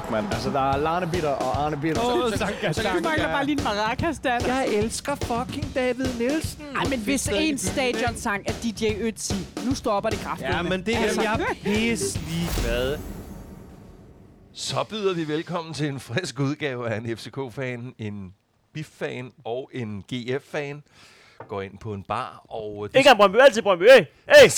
smuk, mand. Altså, der er Larne Bitter og Arne Bitter. Du mangler bare lige en maracas, Dan. Jeg elsker fucking David Nielsen. Ej, men hvis en stadionsang er DJ Ötzi, nu stopper det kraftigt. Ja, men det er jeg pisse ligeglad. Så byder vi velkommen til en frisk udgave af en FCK-fan, en BIF-fan og en GF-fan. Går ind på en bar, og Ikke en Brøndby, altid Brøndby. Hey!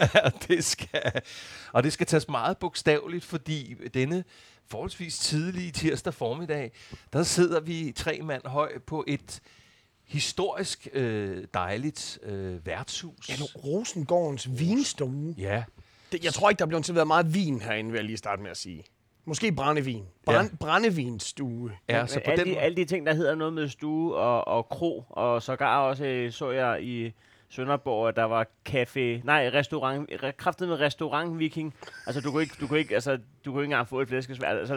det skal tages meget bogstaveligt, fordi denne forholdsvis tidlige tirsdag formiddag, der sidder vi 3 mand høj på et historisk dejligt værtshus. Ja, Rosengårdens vinstue. Ja. Jeg tror ikke, der bliver til været meget vin herinde, vil jeg lige starte med at sige. Måske brændevin. Brændevinstue. Ja, så på Alle de ting, der hedder noget med stue og kro, og sågar også så jeg i Sønderborg, at der var restaurant, kraftet med restaurant viking. Altså du kunne ikke engang få et flæskesværd. Altså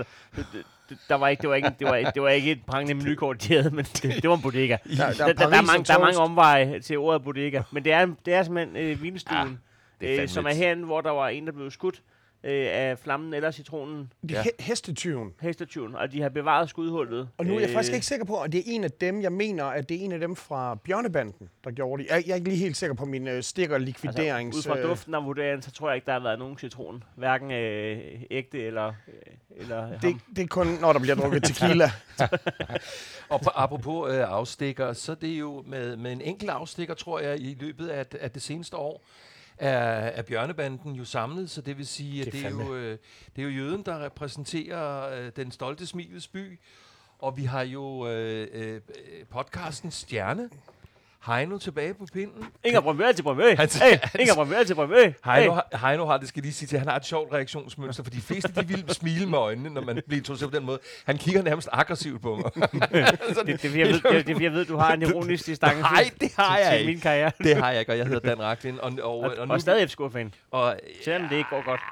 det var ikke et prangende menukort, de havde, men det var en bodega. Der er mange omveje til ordet bodega, men det er simpelthen vinstuen, som er herinde, hvor der var en, der blev skudt af flammen eller citronen. Hestetyven, og de har bevaret skudhullet. Og nu er jeg faktisk ikke sikker på, at det er en af dem, jeg mener, at det er en af dem fra Bjørnebanden, der gjorde det. Jeg er ikke lige helt sikker på min stikker-likviderings... Altså, ud fra duften og vurderingen, så tror jeg ikke, der har været nogen citron. Hverken ægte eller det er kun, når der bliver drukket tequila. Og apropos afstikker, så det er jo med en enkelt afstikker, tror jeg, i løbet af det seneste år, er Bjørnebanden jo samlet, så det vil sige, at det er jo jøden, der repræsenterer den stolte smilets by. Og vi har jo podcastens stjerne, Heino, tilbage på pinden. Inger Brøndby, altid Brøndby. Inger Brøndby, altid Brøndby. Heino har, det skal lige sige til, han har et sjovt reaktionsmønster, for de fleste, de vil smile med øjnene, når man bliver introduceret på den måde. Han kigger nærmest aggressivt på mig. Jeg ved, du har en ironisk distance. Nej, det har jeg ikke. Min karriere. Det har jeg ikke, og jeg hedder Dan Racklin. Og stadig FCK-fan. Selvom det ikke går godt.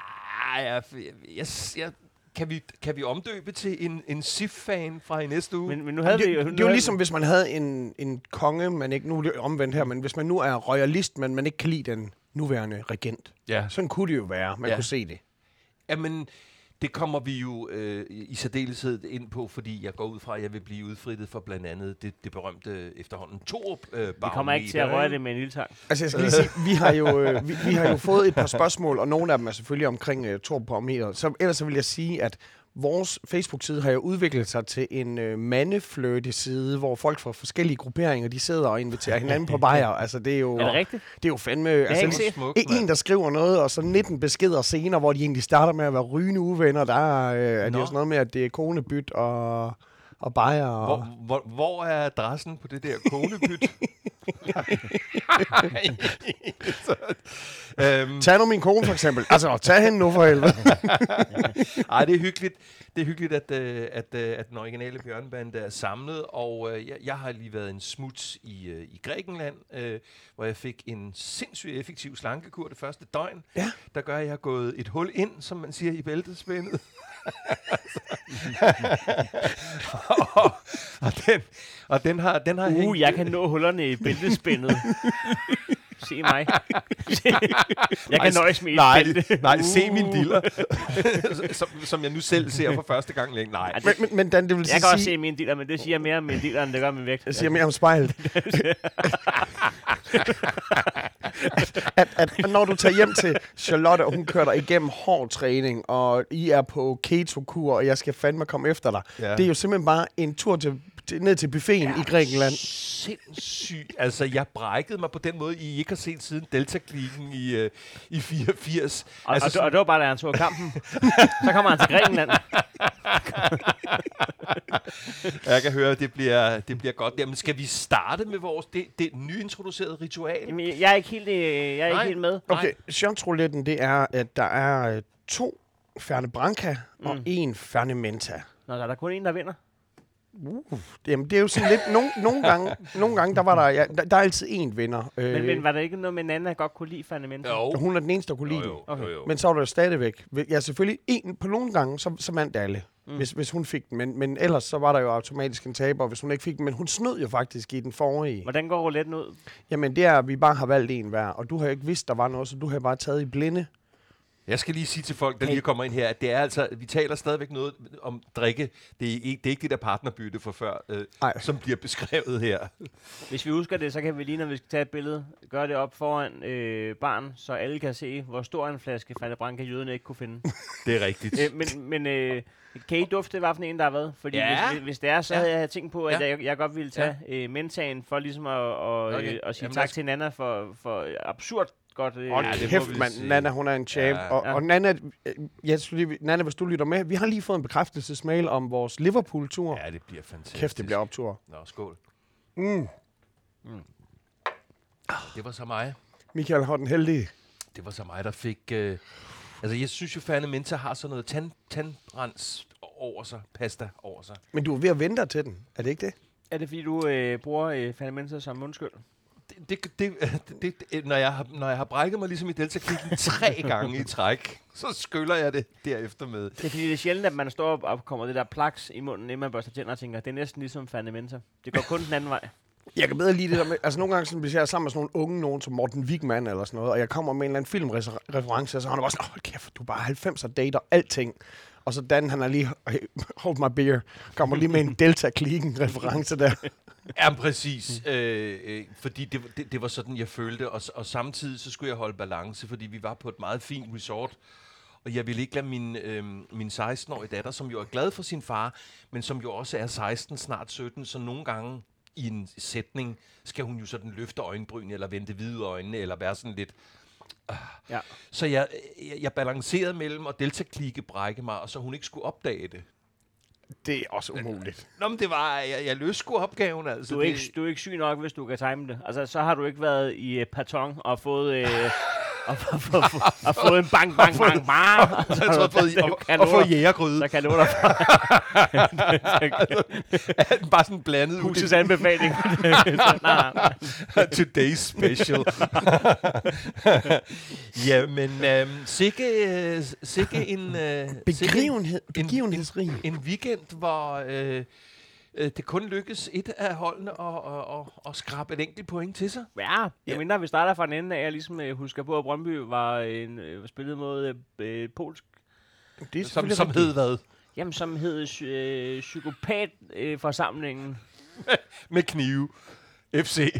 Kan vi omdøbe til en SIF-fan fra i næste uge? Men nu havde det er jo ligesom, hvis man havde en konge, man ikke, nu er det omvendt her, men hvis man nu er royalist, men man ikke kan lide den nuværende regent. Ja. Sådan kunne det jo være, man kunne se det. Jamen, det kommer vi jo i særdeleshed ind på, fordi jeg går ud fra, at jeg vil blive udfrittet for blandt andet det berømte efterhånden Torup-barometer. Vi kommer ikke til at røre det med en lille tang. Altså, jeg skal lige sige, vi har jo fået et par spørgsmål, og nogle af dem er selvfølgelig omkring Torup-barometer. Så ellers så vil jeg sige, at vores Facebook-side har jo udviklet sig til en mandeflirte-side, hvor folk fra forskellige grupperinger, de sidder og inviterer hinanden på bajer. Altså, det er jo... Er det rigtigt? Det er jo fandme... En, der skriver noget, og så 19 beskeder senere, hvor de egentlig starter med at være rygende uvenner. Der er det jo sådan noget med, at det er konebyt og bajer. Og... Hvor er adressen på det der konebyt? Tag nu min kone, for eksempel. Altså, tag hende nu for helvede. Ej, det er hyggeligt. Det er hyggeligt, at den originale Bjørnebande er samlet, og jeg har lige været en smut i Grækenland, hvor jeg fik en sindssygt effektiv slankekur det første døgn. Ja. Der gør, at jeg har gået et hul ind, som man siger, i bæltespændet. og den har hængt... Jeg kan nå hullerne i bæltespændet. Se mig. Jeg kan nøjes med et bælte. Nej, se min diller. som jeg nu selv ser for første gang længe. Nej. Men Dan, det vil jeg kan også se mine diller, men det siger mere om mine diller, end det gør min vægt. Det siger mere om spejlet. at når du tager hjem til Charlotte, og hun kører dig igennem hård træning, og I er på keto-kur, og jeg skal fandme komme efter dig. Ja. Det er jo simpelthen bare en tur ned til buffeten i Grækenland. Sindssygt. Altså, jeg brækkede mig på den måde, I ikke har set siden Delta-klikken i 84. Og det var bare, da han så kampen. Så kommer han til Grækenland. Jeg kan høre, at det bliver godt. Jamen, skal vi starte med vores det nyintroducerede ritual? Jamen, jeg er ikke helt med. Okay, shot-rouletten, det er, at der er 2 Fernet Branca og 1 Fernet Menta. Nå, der er der kun en, der vinder. Jamen, det er jo sådan lidt... Nogle gange, der var der... Ja, der er altid én vinder. Men var der ikke noget med en anden, der godt kunne lide Fernet Menta? Hun er den eneste, der kunne lide den. Okay. Men så var der jo stadigvæk... Ja, selvfølgelig på nogle gange, så vandt alle. Hvis hun fik den. Men ellers så var der jo automatisk en taber, hvis hun ikke fik den. Men hun snød jo faktisk i den forrige. Hvordan går rouletten ud? Jamen, det er, at vi bare har valgt en hver. Og du har ikke vidst, der var noget, så du har bare taget i blinde. Jeg skal lige sige til folk, der lige kommer ind her, at det er altså, vi taler stadigvæk noget om drikke. Det er ikke det der partnerbytte for før, som bliver beskrevet her. Hvis vi husker det, så kan vi lige, når vi skal tage et billede, gøre det op foran barn, så alle kan se, hvor stor en flaske Fernet Branca jøderne ikke kunne finde. Det er rigtigt. Men kan I dufte, hvad for en, der har været? Fordi hvis det er, så havde jeg tænkt på, at jeg godt ville tage mentaen for ligesom at sige tak til Nana for absurd godt. Kæft, mand. Nana, hun er en champ. Og Nana, Nana, hvis du lytter med, vi har lige fået en bekræftelsesmail om vores Liverpool-tur. Ja, det bliver fantastisk. Kæft, det bliver optur. Nå, skål. Det var så mig. Michael har den heldige. Det var så mig, der fik... altså, jeg synes jo, Fernet Mensa har sådan noget tandrens over sig, pasta over sig. Men du er ved at vente til den, er det ikke det? Er det fordi, du bruger Fernet Mensa som mundskyld? Når jeg har brækket mig ligesom i Delta-klikken 3 gange i træk, så skyller jeg det derefter med. Det er fordi, det er sjældent, at man står op og kommer det der plaks i munden, inden man børster tænder og tænker, det er næsten ligesom Fernet Mensa. Det går kun den anden vej. Jeg kan bedre lide det der med, altså nogle gange, sådan, hvis jeg er sammen med sådan nogle unge nogen, som Morten Wigman eller sådan noget, og jeg kommer med en eller anden filmreference, så har han bare sådan, kæft, du er bare 90'er dater alting. Og så Dan, han er lige, hold my beer, kommer lige med en Delta-klikken-reference der. Ja, præcis. Fordi det var sådan, jeg følte, og samtidig så skulle jeg holde balance, fordi vi var på et meget fint resort, og jeg ville ikke lade min 16-årige datter, som jo er glad for sin far, men som jo også er 16, snart 17, så nogle gange i en sætning skal hun jo sådan løfte øjenbryn, eller vende hvide øjnene, eller være sådan lidt... Ja. Så jeg balancerede mellem at Delta-klikke brække mig, og så hun ikke skulle opdage det. Det er også umuligt. Nå, men det var... Jeg løste sgu opgaven, altså. Du er ikke syg nok, hvis du kan time det. Altså, så har du ikke været i Patong og fået... og fået en bang. Og fået jægergryde. Så kan jeg love dig for. Bare sådan blandet. Husets anbefaling. Today's special. Ja, men sikke en... begivenhedsrig. En weekend, hvor... det kun lykkes et af holdene at skrabe et enkelt point til sig. Ja, jeg mener, vi starter fra en ende af, jeg ligesom husker på, at Brøndby var spillet mod polsk. Det som hed hvad? Jamen, som hed psykopat-forsamlingen. Med knive. FC.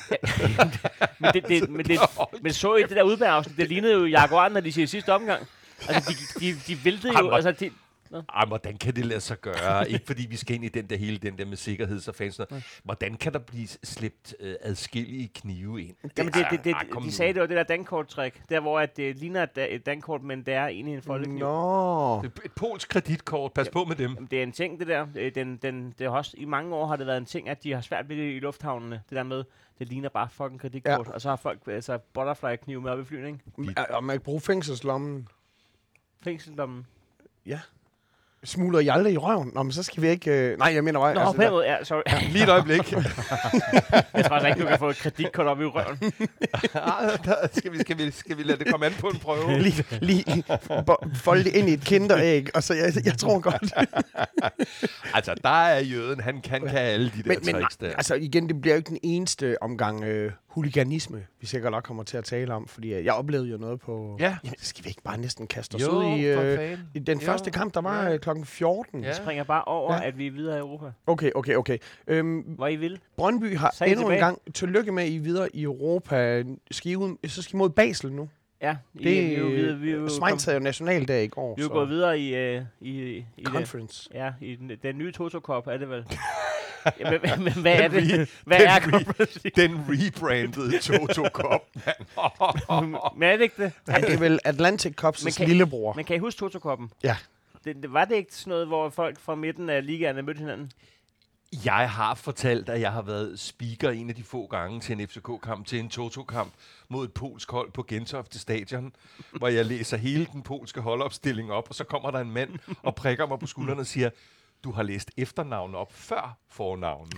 Men så I det der udbærafsnit, det lignede jo Jaguar, når de siger sidste omgang. Altså, de væltede jo... Altså, hvordan kan det lade sig gøre? Ikke fordi vi skal ind i den der med sikkerheds- og fans. Hvordan kan der blive slæbt adskillige knive ind? Jamen, de sagde, det var det der dankort-trick. Der, hvor at det ligner et dankort, men det er egentlig en foldekniv. Nå. Et polsk kreditkort. Pas på med dem. Jamen, det er en ting, det der. Det er også, i mange år har det været en ting, at de har svært ved det i lufthavnene. Det der med, det ligner bare fucking kreditkort. Ja. Og så har folk altså butterfly-knive med op i flyvning. Og man kan bruge fængselslommen. Fængselslommen? Ja. Smugler I aldrig i røven? Nå, men så skal vi ikke... Nej, jeg mener... Nå, på en måde, ja, sorry. Lige et øjeblik. Jeg tror altså ikke, du kan få et kreditkort op i røven. Skal vi lade det komme an på en prøve? Lige folde det ind i et kinderæg, og så jeg tror godt. Altså, der er jøden, han kan alle de der tricks der. Altså, igen, det bliver jo ikke den eneste omgang huliganisme, vi sikkert nok kommer til at tale om, fordi jeg oplevede jo noget på... Ja. Jamen, skal vi ikke bare næsten kaste os ud i den første kamp, der var klokken 14? Jeg springer bare over, at vi er videre i Europa. Okay. Hvor I vil? Brøndby har endnu en gang tillykke med, at I er videre i Europa. Så skal I mod Basel nu. Ja. Schweiz havde jo nationaldag i går. Vi er jo gået videre i Conference. I den nye Toto Cup, er det vel? Men hvad er det? Hvad er Conference? Den rebrandede Toto Cup. Men er det ikke det? Ja, det er vel Atlantic Cups' lillebror. Men kan I huske Toto Cup'en? Ja. Var det ikke sådan noget, hvor folk fra midten af ligaen mødte hinanden? Jeg har fortalt, at jeg har været speaker en af de få gange til en FCK-kamp, til en Toto-kamp mod et polsk hold på Gentofte Stadion, hvor jeg læser hele den polske holdopstilling op, og så kommer der en mand og prikker mig på skulderen og siger, du har læst efternavn op før fornavnet.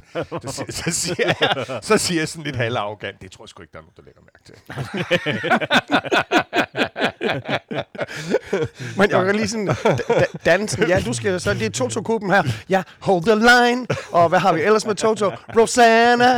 Så siger jeg sådan lidt halvarrogant, det tror jeg sgu ikke, der er nogen, der lægger mærke til. Men jeg kan lige sådan, dansen, ja, du skal så, det er Toto-kuppen her. Ja, hold the line. Og hvad har vi ellers med Toto? Rosanna,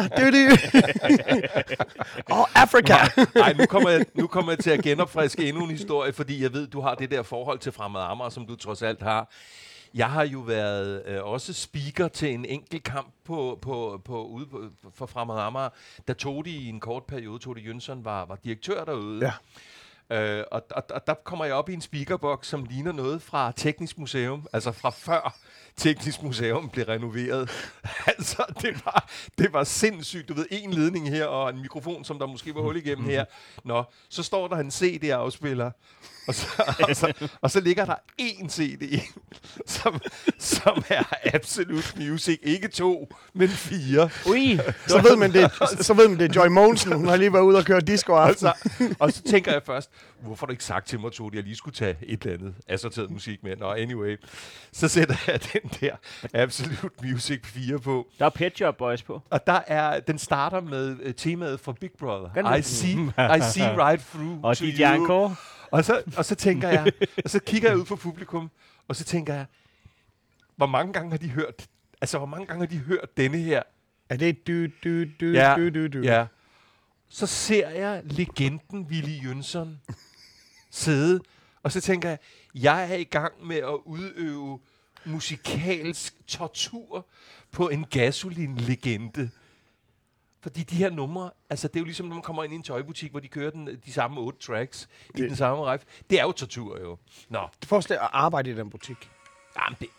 og Africa. Nej, nu kommer jeg til at genopfriske endnu en historie, fordi jeg ved, du har det der forhold til Fremad Amager, som du trods alt har. Jeg har jo været også speaker til en enkelt kamp for Fremad Amager, da Todi i en kort periode, Todi Jønsson, var direktør derude. Ja. Og der kommer jeg op i en speakerbox, som ligner noget fra Teknisk Museum, altså fra før Teknisk Museum blev renoveret. Altså, det var sindssygt. Du ved, en ledning her, og en mikrofon, som der måske var hul igennem her. Nå, så står der en CD-afspiller, og så ligger der én CD, som er Absolute Music. Ikke 2, men 4. Ui! Så ved man, det er Joy Mogensen. Hun har lige været ude og køre disco aften. Og så tænker jeg først, hvorfor har du ikke sagt til mig, Todi, at jeg lige skulle tage et eller andet assorteret musik med? Nå, anyway. Så sætter jeg den der Absolute Music 4 på. Der er Pet Shop Boys på. Og den starter med temaet fra Big Brother. I see right through og to DJ you. Encore. Og så tænker jeg, og så kigger jeg ud på publikum, og så tænker jeg, hvor mange gange har de hørt denne her? Er det du? Ja. Så ser jeg legenden Willy Jønsson sidde, og så tænker jeg er i gang med at udøve musikalsk tortur på en gasolin-legende. Fordi de her numre, altså det er jo ligesom, når man kommer ind i en tøjbutik, hvor de kører de samme 8 tracks i den samme række. Det er jo tortur, jo. Nå. Forestil dig at arbejde i den butik. Jamen det...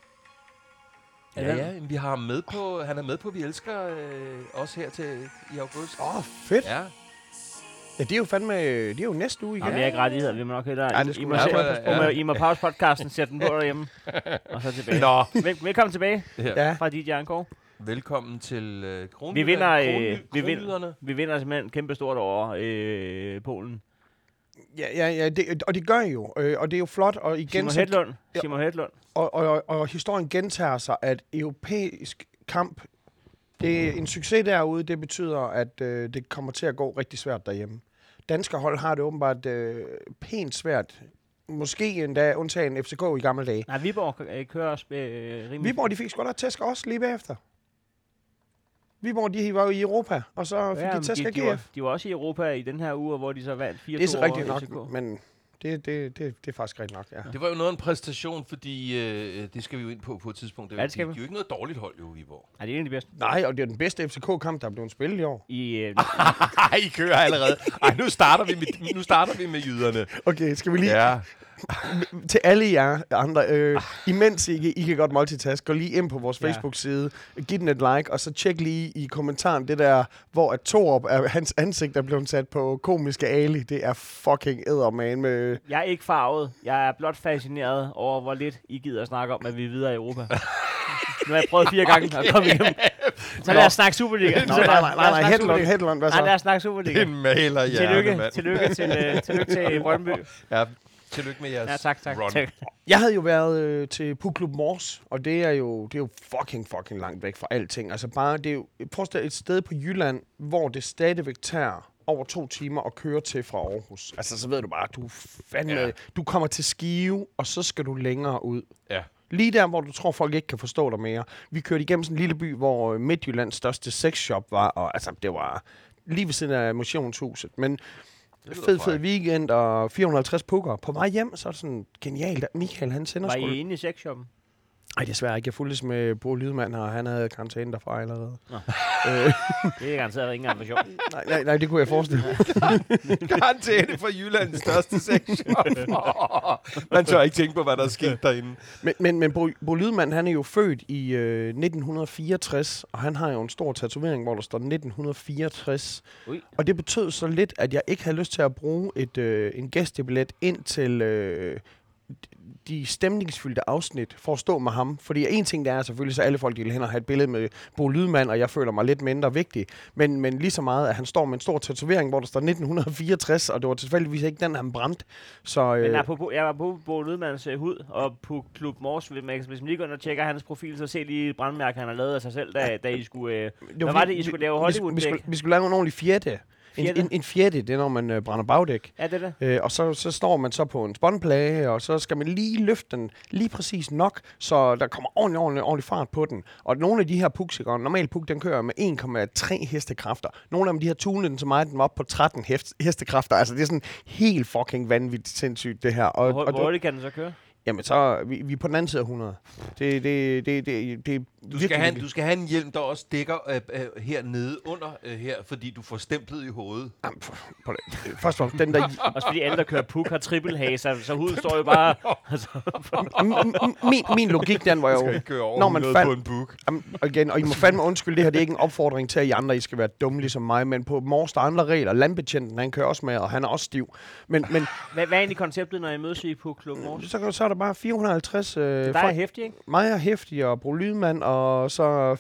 Ja, vi har ham med på... Han er med på Vi Elsker også her i august. Fedt. Ja. Ja, det er jo fandme... Det er jo næste uge igen. Jamen, jeg er ikke rettigheder, vi må nok høre Ja, det skulle I må pause podcasten, sæt den på derhjemme, og så tilbage. Nå. Velkommen tilbage Ja. fra DJ Encore. Velkommen til Kronjyderne. Vi vinder simpelthen kæmpe stort over Polen. Ja, og det gør I jo. Og det er jo flot. Og igen, Simon Hedlund. Og historien gentager sig, at europæisk kamp, det er en succes derude. Det betyder, at det kommer til at gå rigtig svært derhjemme. Danske hold har det åbenbart pænt svært. Måske endda undtagen FCK i gamle dage. Nej, Viborg kører også rimelig. Viborg, de fik sgu da tæsk også lige bagefter. Viborg, de var jo i Europa, og så fik de tæsk af GF. De var også i Europa i den her uge, hvor de så vandt 4-2 over FCK. Det er rigtigt nok, men det er faktisk rigtigt nok, ja. Det var jo noget af en præstation, fordi det skal vi jo ind på et tidspunkt. Det er jo ikke noget dårligt hold, jo, Viborg. Nej, det er en af de bedste. Nej, og det er den bedste FCK-kamp, der er blevet spillet i år. I kører allerede. Ej, nu starter vi med jyderne. Okay, skal vi lige... Ja. Til alle jer andre, imens I kan godt multitask, gå lige ind på vores Facebook-side, giv den et like, og så tjek lige i kommentaren det der, hvor at Torup, hans ansigt er blevet sat på komiske Ali. Det er fucking eddermane med... Jeg er ikke farvet. Jeg er blot fascineret over, hvor lidt I gider at snakke om, at vi er videre i Europa. Nu har jeg prøvet 4 gange at komme igennem. Så lad os snakke Superliga. Nej, Hedlund, hvad så? Nej, lad os snakke Superliga. En maler hjerne, Tillykke til Brøndby. Ja. Tillykke med jeres tak. Jeg havde jo været til Pugklub Mors, og det er jo fucking langt væk fra alting. Altså bare, det er jo et sted på Jylland, hvor det stadigvæk tager over 2 timer at køre til fra Aarhus. Altså så ved du bare, du kommer til Skive, og så skal du længere ud. Ja. Lige der, hvor du tror, folk ikke kan forstå dig mere. Vi kørte igennem sådan en lille by, hvor Midtjyllands største sexshop var, og altså det var lige ved siden af motionshuset, men... Fed weekend og 450 pukker. På vej hjem, så er det sådan genialt. Michael, han sender sgu... Var I inde i sexshoppen? Nej, desværre ikke. Jeg fulgtes med Bo Lydmand, og han havde karantæne derfra allerede. Det er garanteret ikke engang for sjov. Nej, det kunne jeg forestille mig. Karantæne for Jyllands største sexshop. Man tør ikke tænke på, hvad der er sket derinde. Men Bo Lydmand, han er jo født i 1964, og han har jo en stor tatovering, hvor der står 1964. Ui. Og det betød så lidt, at jeg ikke havde lyst til at bruge en gæstebillet ind til de stemningsfyldte afsnit for at stå med ham. Fordi en ting, der er selvfølgelig, så alle folk vil hen og have et billede med Bo Lydmand, og jeg føler mig lidt mindre vigtig. Men lige så meget, at han står med en stor tatovering, hvor der står 1964, og det var tilfældigvis ikke den, han brændte. Så, men jeg var på Bo Lydmands hud, og på Klub Mors, hvis man lige går ind og tjekker hans profil, så se lige brandmærker, han har lavet af sig selv, da I skulle... hvad var det, I skulle lave Hollywood-dæk? Vi skulle lave en ordentlig fjerde. En fjerde, det er, når man brænder bagdæk. Ja, det er det. Og så står man så på en spåndplage, og så skal man lige løfte den lige præcis nok, så der kommer ordentlig fart på den. Og nogle af de her puks, normal puk, den kører med 1,3 hestekræfter. Nogle af dem, de har tunet den så meget, den var op på 13 hestekræfter. Altså, det er sådan helt fucking vanvittigt sindssygt, det her. Hvor hurtigt kan den så køre? Jamen, så vi er på den anden side af 100. Du skal have en hjelm, der også dækker hernede under her, fordi du får stemplet i hovedet. Først og den der... Også fordi alle, der kører puk, har trippelhase, så huden står jo bare... min logik, den var jo... Du skal ikke køre over på en puk. Og I må fandme undskylde, det her det er ikke en opfordring til, at I andre I skal være dumme ligesom mig, men på Mors, der er andre regler. Landbetjenten, han kører også med, og han er også stiv. Men hvad er egentlig konceptet, når I mødes i på Klub Mors? Så er der bare 450... der er hæftig, ikke? Mig er hæftig, og Bo Lydmand, og så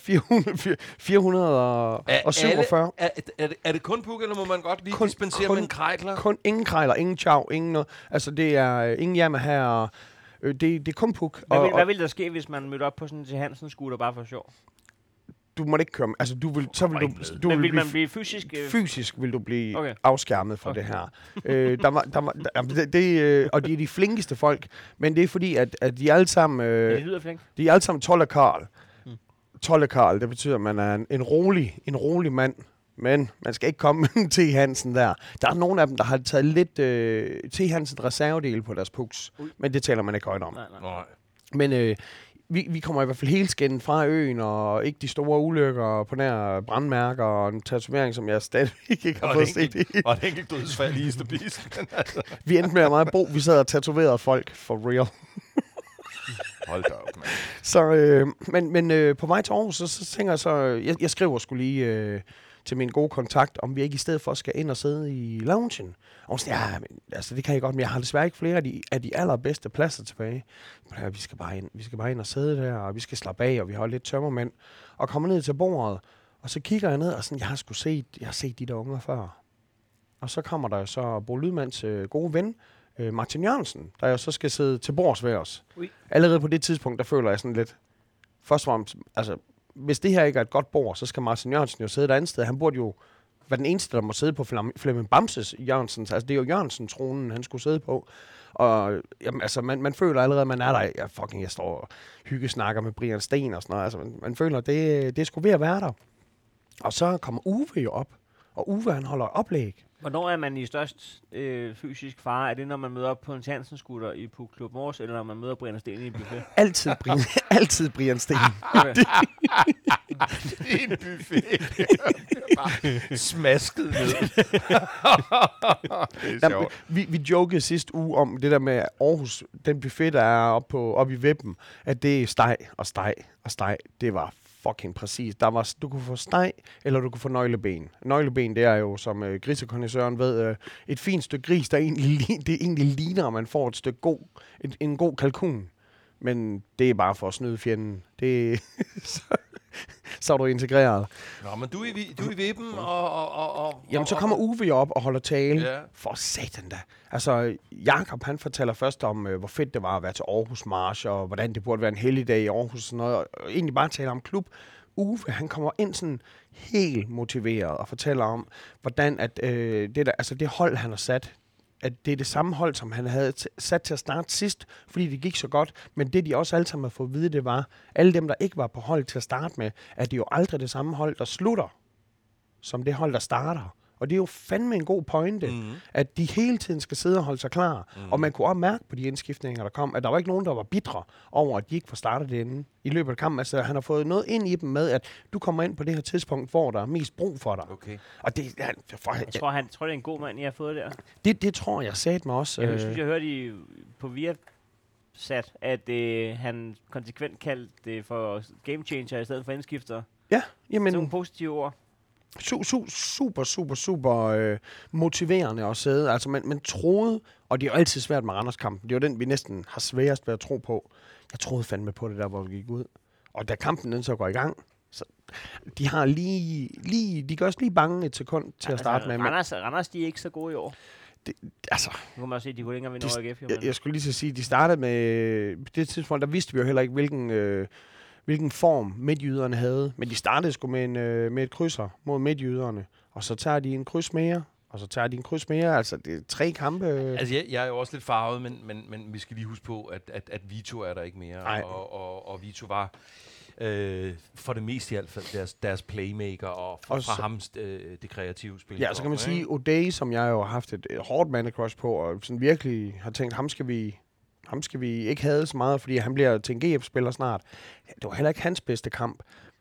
447. Er det kun puk, eller må man godt lige dispensere med en krejler? Ingen krejler, ingen chav, ingen noget. Altså, det er ingen hjemme her. Det er kun puk. Hvad ville der ske, hvis man mødte op på sådan til Hansen-scooter bare for sjov? Du må ikke køre med. Altså, vil man blive fysisk... Fysisk vil du blive afskærmet fra det her. Og de er de flinkeste folk, men det er fordi, at de alle sammen... de lyder flink. De er alle sammen Tolle Karl. Tolle Karl, det betyder, at man er en rolig mand. Men man skal ikke komme med T. Hansen der. Der er nogle af dem, der har taget lidt T. Hansen reservedele på deres puks. Men det taler man ikke højt om. Nej. Men... Vi kommer i hvert fald helt skændt fra øen, og ikke de store ulykker på nær brandmærker og en tatovering, som jeg stadig ikke har fået set. Og et enkelt dødsfald i Isterbisen. Vi endte med at meget bo. Vi sad og tatoverede folk for real. Hold da op, mand. Så, men på vej til Aarhus, så tænker jeg så... Jeg skriver sgu lige til min gode kontakt, om vi ikke i stedet for skal ind og sidde i loungen. Og så, altså det kan jeg godt, men jeg har desværre ikke flere af de allerbedste pladser tilbage. Vi skal bare ind og sidde der, og vi skal slappe af, og vi har lidt tømmermænd. Og kommer ned til bordet, og så kigger jeg ned, og sådan, jeg har set de der unger før. Og så kommer der så Bo Lydmands gode ven, Martin Jørgensen, der jo så skal sidde til bords ved os. Allerede på det tidspunkt, der føler jeg sådan lidt, først og fremmest, altså, hvis det her ikke er et godt bord, så skal Martin Jørgensen jo sidde et andet sted. Han burde jo være den eneste, der må sidde på Flemming Bamses Jørgensens. Altså, det er jo Jørgensen-tronen, han skulle sidde på. Og jamen, altså, man føler allerede, at man er der. Jeg står og hyggesnakker med Brian Sten og sådan noget. Altså, man føler, at det er sgu ved at være der. Og så kommer Uwe jo op. Og Uwe, han holder oplæg. Hvornår er man i størst fysisk fare? Er det, når man møder op på en Hansen-scooter i på Klub Mors, eller når man møder Brian Sten i en buffet? Altid Brian Sten. Okay. Det er en buffet. Smasket ned. Det er sjovt. Vi jokede sidste uge om det der med Aarhus, den buffet, der er oppe i Vippen, at det er steg og steg og steg. Det var fucking præcis. Du kunne få steg, eller du kunne få nøgleben. Nøgleben, det er jo, som grisekondisøren ved, et fint stykke gris, der egentlig ligner, at man får et stykke en god kalkun. Men det er bare for at snyde fjenden. Det så er du integreret. Nå, men du er i vippen, og jamen, så kommer Uwe op og holder tale. Ja. For satan da. Altså, Jakob, han fortæller først om, hvor fedt det var at være til Aarhus March, og hvordan det burde være en helligdag i Aarhus og sådan noget. Og egentlig bare taler om klub. Uwe, han kommer ind sådan helt motiveret og fortæller om, hvordan at, det hold, han har sat, at det er det samme hold, som han havde sat til at starte sidst, fordi det gik så godt. Men det, de også alle sammen har fået at vide, det var, alle dem, der ikke var på hold til at starte med, at det jo aldrig det samme hold, der slutter, som det hold, der starter. Og det er jo fandme en god pointe, at de hele tiden skal sidde og holde sig klar. Og man kunne også mærke på de indskiftninger, der kom, at der var ikke nogen, der var bitre over, at de ikke får startet det inden i løbet af kampen. Altså, han har fået noget ind i dem med, at du kommer ind på det her tidspunkt, hvor der er mest brug for dig. Okay. Og det, jeg tror, det er en god mand, I har fået der. Det tror jeg sagde mig også. Jeg synes, jeg hørte på Viasat, at han konsekvent kaldte det for game changer i stedet for indskifter. Ja, jamen... Sådan nogle positive ord. super motiverende at sidde. Altså, man troede, og det er jo altid svært med Randers-kampen, det er jo den, vi næsten har sværest ved at tro på. Jeg troede fandme på det der, hvor vi gik ud. Og da kampen den så går i gang, så de har de gør også lige bange et sekund til at starte med. Randers, de er ikke så gode i år. Nu kan man se, at de kunne ikke engang vinde over AGF. Jeg skulle lige så sige, de startede med... På det tidspunkt, der vidste vi jo heller ikke, hvilken form midtjyderne havde. Men de startede sgu med et krydser mod midtjyderne. Og så tager de en kryds mere. Og så tager de en kryds mere. Altså, det er 3 kampe. Altså, jeg er jo også lidt farvet, men vi skal lige huske på, at Vito er der ikke mere. Og Vito var... for det meste i hvert fald deres playmaker og fra ham det kreative spil. Ja, så kan man sige, O'Day, som jeg jo har haft et hårdt man-crush på, og sådan virkelig har tænkt, ham skal vi ikke have så meget, fordi han bliver til en GF-spiller snart. Det var heller ikke hans bedste kamp.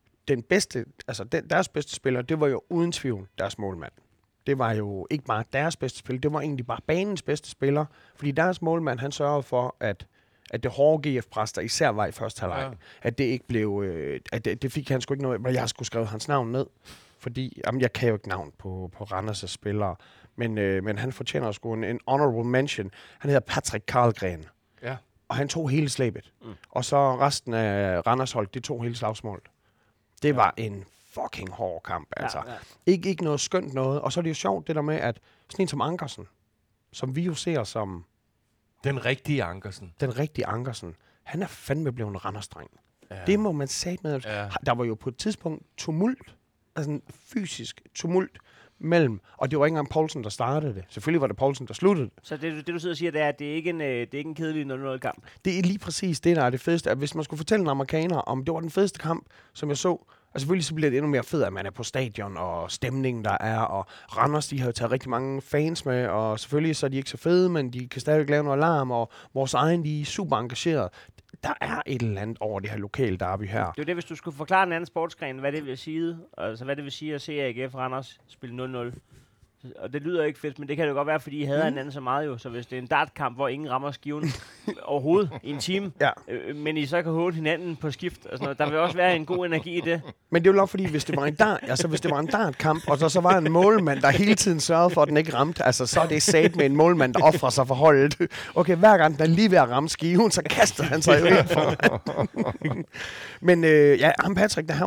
Deres bedste spiller, det var jo uden tvivl deres målmand. Det var jo ikke bare deres bedste spiller, det var egentlig bare banens bedste spiller, fordi deres målmand, han sørgede for, at det hårde GF-pres, der især var i første halvleg, at det ikke blev... det fik han sgu ikke noget... Jeg har sgu skrevet hans navn ned, fordi... jeg kan jo ikke navn på Randers' spillere, men han fortjener sgu en honorable mention. Han hedder Patrick Karlgren. Ja. Og han tog hele slæbet. Og så resten af Randers hold, de tog hele slagsmålet. Det var en fucking hård kamp, altså. Ja. Ikke noget skønt noget. Og så er det jo sjovt, det der med, at sådan en som Ankersen, som vi jo ser som... Den rigtige Ankersen. Han er fandme blevet en Randers-dreng. Ja. Det må man sige med. Ja. Der var jo på et tidspunkt tumult, altså en fysisk tumult mellem, og det var ikke engang Poulsen, der startede det. Selvfølgelig var det Poulsen, der sluttede det. Så det du sidder og siger, det er, at det er ikke en kedelig 0-0-kamp? Det er lige præcis det, der er det fedeste. At hvis man skulle fortælle en amerikaner, om det var den fedeste kamp, som jeg så, og selvfølgelig så bliver det endnu mere fedt, at man er på stadion, og stemningen der er, og Randers, de har jo taget rigtig mange fans med, og selvfølgelig så er de ikke så fede, men de kan stadig lave noget alarm, og vores egen, de er super engagerede. Der er et eller andet over det her lokale derby her. Det er det, hvis du skulle forklare en anden sportsgren, hvad det vil sige, altså hvad det vil sige at se AGF Randers spille 0-0. Og det lyder ikke fedt, men det kan det godt være, fordi I hader hinanden så meget jo. Så hvis det er en dartkamp, hvor ingen rammer skiven overhovedet i en time, men I så kan håbe hinanden på skift, og sådan noget, der vil også være en god energi i det. Men det er jo nok fordi, hvis det var en dartkamp, og så var en målmand, der hele tiden sørgede for, at den ikke ramte, altså så er det sat med en målmand, der offrer sig for holdet. Okay, hver gang den er lige ved at ramme skiven, så kaster han sig jo ind foran. Men ham Patrick, der han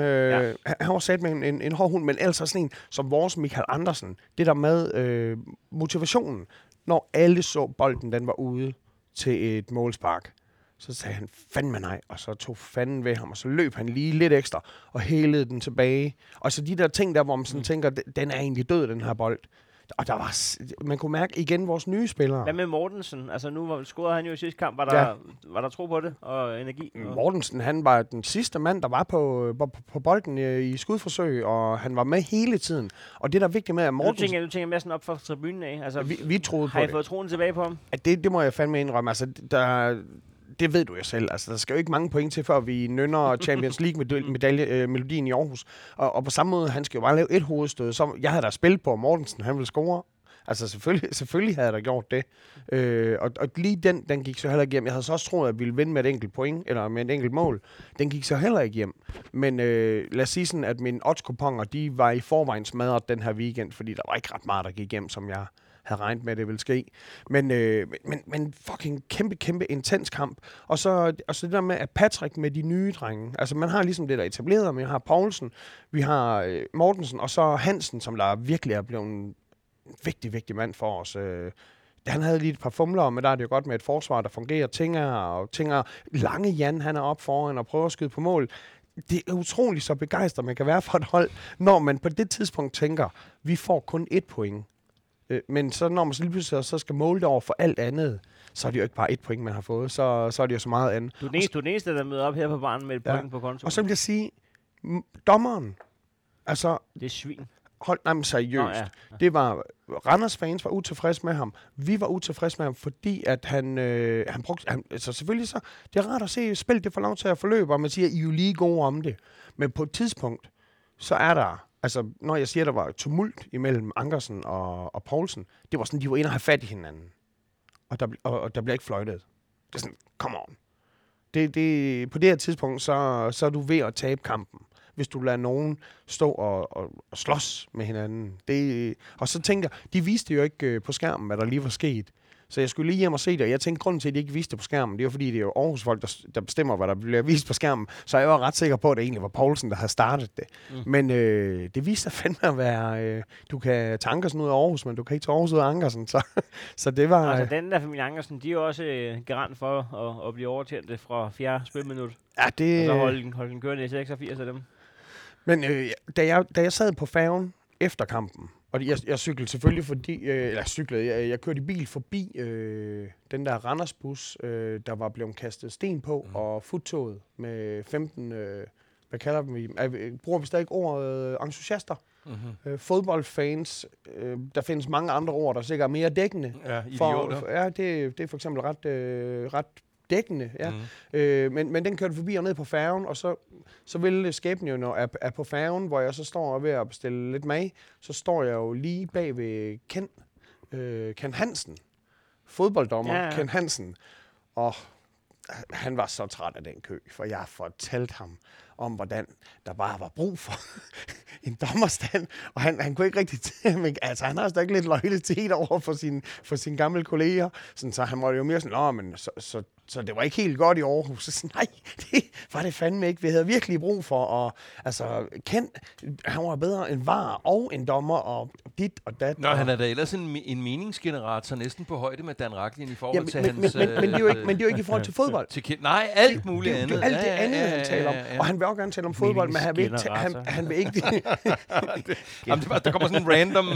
var sat med en hård hund, men ellers sådan en som vores Michael Andersen. Det der med motivationen, når alle så bolden, den var ude til et målspark, så sagde han fandme nej, og så tog fanden ved ham, og så løb han lige lidt ekstra, og hælede den tilbage. Og så de der ting der, hvor man sådan tænker, den er egentlig død, den her bold. Og der var, man kunne mærke igen vores nye spillere. Hvad med Mortensen? Altså nu scorede han jo i sidste kamp. Var der tro på det og energi? Mortensen, han var den sidste mand, der var på bolden i skudforsøg, og han var med hele tiden. Og det der er vigtigt med, at Mortensen... Du tænker mere sådan op fra tribunen af? Altså, vi troede på det. Har I fået troen tilbage på ham? At det må jeg fandme indrømme. Altså, det ved du jo selv. Altså, der skal jo ikke mange point til, før vi nynner Champions League-melodien i Aarhus. Og på samme måde, han skal jo bare lave et hovedstød. Så jeg havde da spillet på, Mortensen han ville score. Altså, selvfølgelig havde jeg da gjort det. Og lige den gik så heller ikke hjem. Jeg havde så også troet, at vi ville vinde med et enkelt point, eller med et enkelt mål. Den gik så heller ikke hjem. Men lad os sige sådan, at mine odds-kuponer, de var i forvejen smadret den her weekend, fordi der var ikke ret meget, der gik hjem, som jeg havde regnet med, at det ville ske. Men fucking kæmpe intens kamp. Og så det der med, at Patrick med de nye drenge, altså man har ligesom det der etableret, men vi har Poulsen, vi har Mortensen, og så Hansen, som der virkelig er blevet en vigtig mand for os. Han havde lige et par fumler, men der er det jo godt med et forsvar, der fungerer. Tinger Lange Jan, han er op foran og prøver at skyde på mål. Det er utroligt så begejstret, man kan være for et hold, når man på det tidspunkt tænker, vi får kun 1 point. Men så når man så lige pludselig så skal måle det over for alt andet, så er det jo ikke bare 1 point, man har fået. Så er det jo så meget andet. Du er den eneste, der møder op her på banen med et point på konto. Og så vil jeg sige, dommeren, altså... Det er svin. Men seriøst. Ja. Det var... Randers fans var utilfredse med ham. Vi var utilfredse med ham, fordi at han brugte... Altså selvfølgelig så... Det er rart at se, spil det får lov til at forløbe, og man siger, I er jo lige gode om det. Men på et tidspunkt, så er der... Altså, når jeg siger, der var tumult imellem Ankersen og Poulsen, det var sådan, de var inde og have fat i hinanden. Og der bliver ikke fløjtet. Det er sådan, come on. På det her tidspunkt, så er du ved at tabe kampen. hvis du lader nogen stå og slås med hinanden. Og så tænkte jeg, de viste jo ikke på skærmen, hvad der lige var sket. Så jeg skulle lige hjem og se det, og jeg tænkte, grunden til, at de ikke viste det på skærmen, det var fordi, det er jo Aarhus-folk, der bestemmer, hvad der bliver vist på skærmen. Så jeg var ret sikker på, at det egentlig var Poulsen, der havde startet det. Men det viste sig fandme at være, du kan tage Ankersen ud af Aarhus, men du kan ikke tage Aarhus ud af Ankersen. Så det var... Altså, den der familie Ankersen, de er jo også garant for at blive overtændt fra 4. spilminut. Ja, det... Og så holde den kørende i 86 af dem. Men da jeg sad på færgen efter kampen, og jeg cyklede selvfølgelig fordi... Jeg kørte i bil forbi den der Randersbus, der var blevet kastet sten på, og futtoget med 15... hvad kalder vi? Bruger vi stadig ordet entusiaster? Fodboldfans. Der findes mange andre ord, der sikkert er mere dækkende. Ja, idioter. Det er for eksempel ret dækkende, ja. Men den kørte forbi og ned på færgen, og så ville skæbnen jo, når jeg er på færgen, hvor jeg så står ved at bestille lidt mad, så står jeg jo lige bag ved Ken Hansen, fodbolddommer Ken Hansen, og han var så træt af den kø, for jeg fortalte ham om, hvordan der bare var brug for en dommerstand, og han kunne ikke rigtig altså han har stadig lidt loyalitet over for sine gamle kolleger, sådan, så han måtte jo mere sådan, men så det var ikke helt godt i Aarhus. Så nej, det var det fandme ikke. Vi havde virkelig brug for, og altså, Ken, han var bedre end VAR og en dommer, og dit og dat. Nå, han er da ellers en meningsgenerator, næsten på højde med Dan Rachlin i forhold til hans... Men det er jo ikke i forhold til fodbold. Nej, alt muligt andet. Det er alt det andet, han taler om. Og han vil også gerne tale om fodbold, men han vil ikke... Der kommer sådan en random...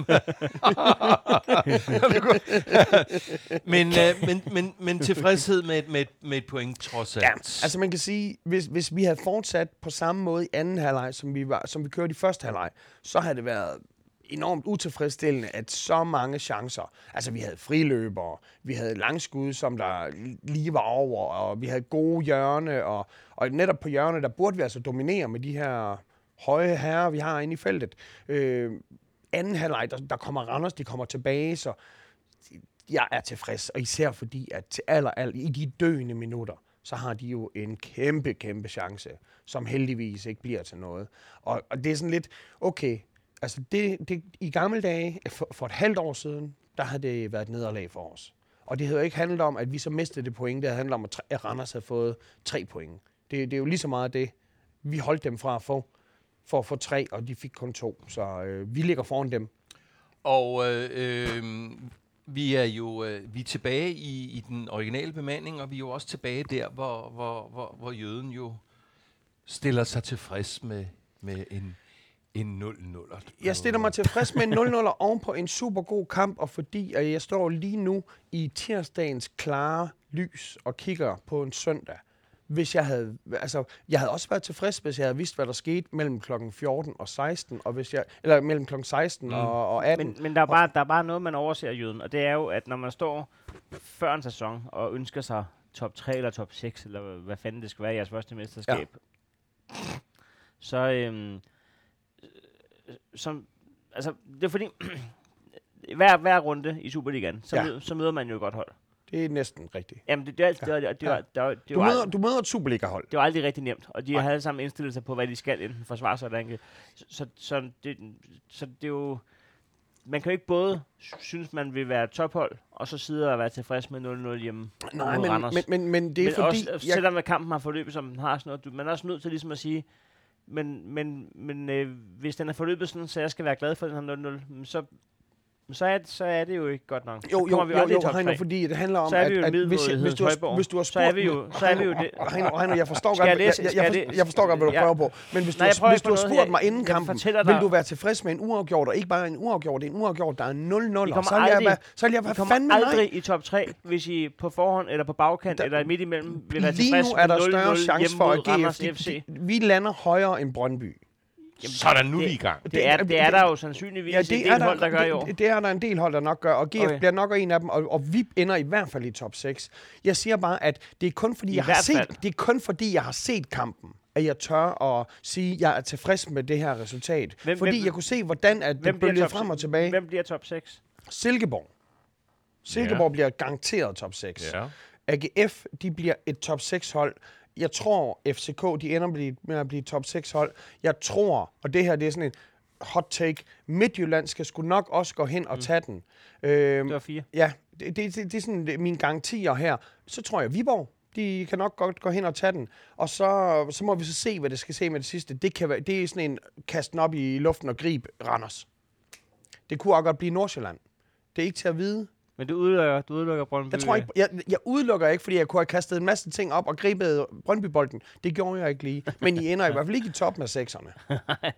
men tilfredshed med et point, trods alt. Ja, altså man kan sige, hvis vi havde fortsat på samme måde i anden halvleg, som vi kørte i første halvleg, så havde det været enormt utilfredsstillende, at så mange chancer. Altså, vi havde friløbere, vi havde langskud, som der lige var over, og vi havde gode hjørne, og netop på hjørne, der burde vi altså dominere med de her høje herrer, vi har inde i feltet. Anden halvleg, der kommer Randers, de kommer tilbage, så jeg er tilfreds, og især fordi, at til i de døende minutter, så har de jo en kæmpe chance, som heldigvis ikke bliver til noget. Og det er sådan lidt, okay, altså det i gamle dage, for et halvt år siden, der havde det været et nederlag for os. Og det havde jo ikke handlet om, at vi så mistede det point, det havde handlet om, at Randers havde fået 3 point. Det er jo lige så meget det, vi holdt dem fra at få, for at få 3, og de fik kun 2. Så vi ligger foran dem. Og vi er tilbage i den originale bemanding, og vi er jo også tilbage der, hvor jøden jo stiller sig tilfreds med en 0-0'er. Jeg stiller mig tilfreds med en 0-0'er oven på en super god kamp, og fordi jeg står lige nu i tirsdagens klare lys og kigger på en søndag. Hvis jeg havde også været tilfreds, hvis jeg havde vidst, hvad der skete mellem klokken 14 og 16, eller mellem klokken 16 og 18. Men der er bare noget, man overser, jøden, og det er jo, at når man står før en sæson og ønsker sig top 3 eller top 6, eller hvad fanden det skal være i jeres første mesterskab, så det er fordi, hver runde i Superligaen, så møder man jo et godt hold. Det er næsten rigtigt. Jamen, du møder et Superliga-hold. Det var aldrig rigtig nemt, og de har alle sammen indstillet sig på, hvad de skal, enten forsvare sig eller ikke. Så det er jo... Man kan jo ikke både synes, man vil være tophold, og så sidde og være tilfreds med 0-0 hjemme. Nej, men det er fordi... Også, selvom kampen har forløbet, som den har, sådan noget, man er også nødt til ligesom at sige, men hvis den er forløbet sådan, så jeg skal være glad for den her 0-0, så er det jo ikke godt nok. Jo, Heino, fordi det handler om, at hvis du har spurgt... Så er vi jo det. Heino, jeg forstår godt, hvad du prøver på. Men hvis du har spurgt mig inden kampen, vil du være tilfreds med en uafgjort, og ikke bare en uafgjort, der er 0-0, så vil jeg være fandme nej. aldrig i top 3, hvis I på forhånd, eller på bagkant, eller midt imellem, vil være tilfreds med 0-0 hjemme mod Randers FC. Vi lander højere end Brøndby. Jamen, sådan nu i gang. Det er der jo sandsynligvis en del hold, der gør i år. Det er der en del hold, der nok gør, og GF bliver nok en af dem, og vi ender i hvert fald i top 6. Jeg siger bare, at det er kun fordi, jeg har set kampen, at jeg tør at sige, at jeg er tilfreds med det her resultat. Fordi jeg kunne se, hvordan at det bølgede frem og tilbage. Hvem bliver top 6? Silkeborg bliver garanteret top 6. Ja. AGF, de bliver et top 6 hold. jeg tror, FCK, de ender med at blive top 6 hold. Jeg tror, og det her, det er sådan en hot take, Midtjylland skal sgu nok også gå hen og tage den. Det var 4. Ja, det er sådan mine garantier her. Så tror jeg, Viborg, de kan nok godt gå hen og tage den. Og så må vi så se, hvad det skal se med det sidste. Det er sådan en kasten op i luften og grib Randers. Det kunne også godt blive Nordsjælland. Det er ikke til at vide. Men du udelukker Brøndby? Jeg tror ikke, jeg udelukker ikke, fordi jeg kunne have kastet en masse ting op og grebet Brøndby-bolden. Det gjorde jeg ikke lige. Men I ender i hvert fald ikke i toppen af 6'erne.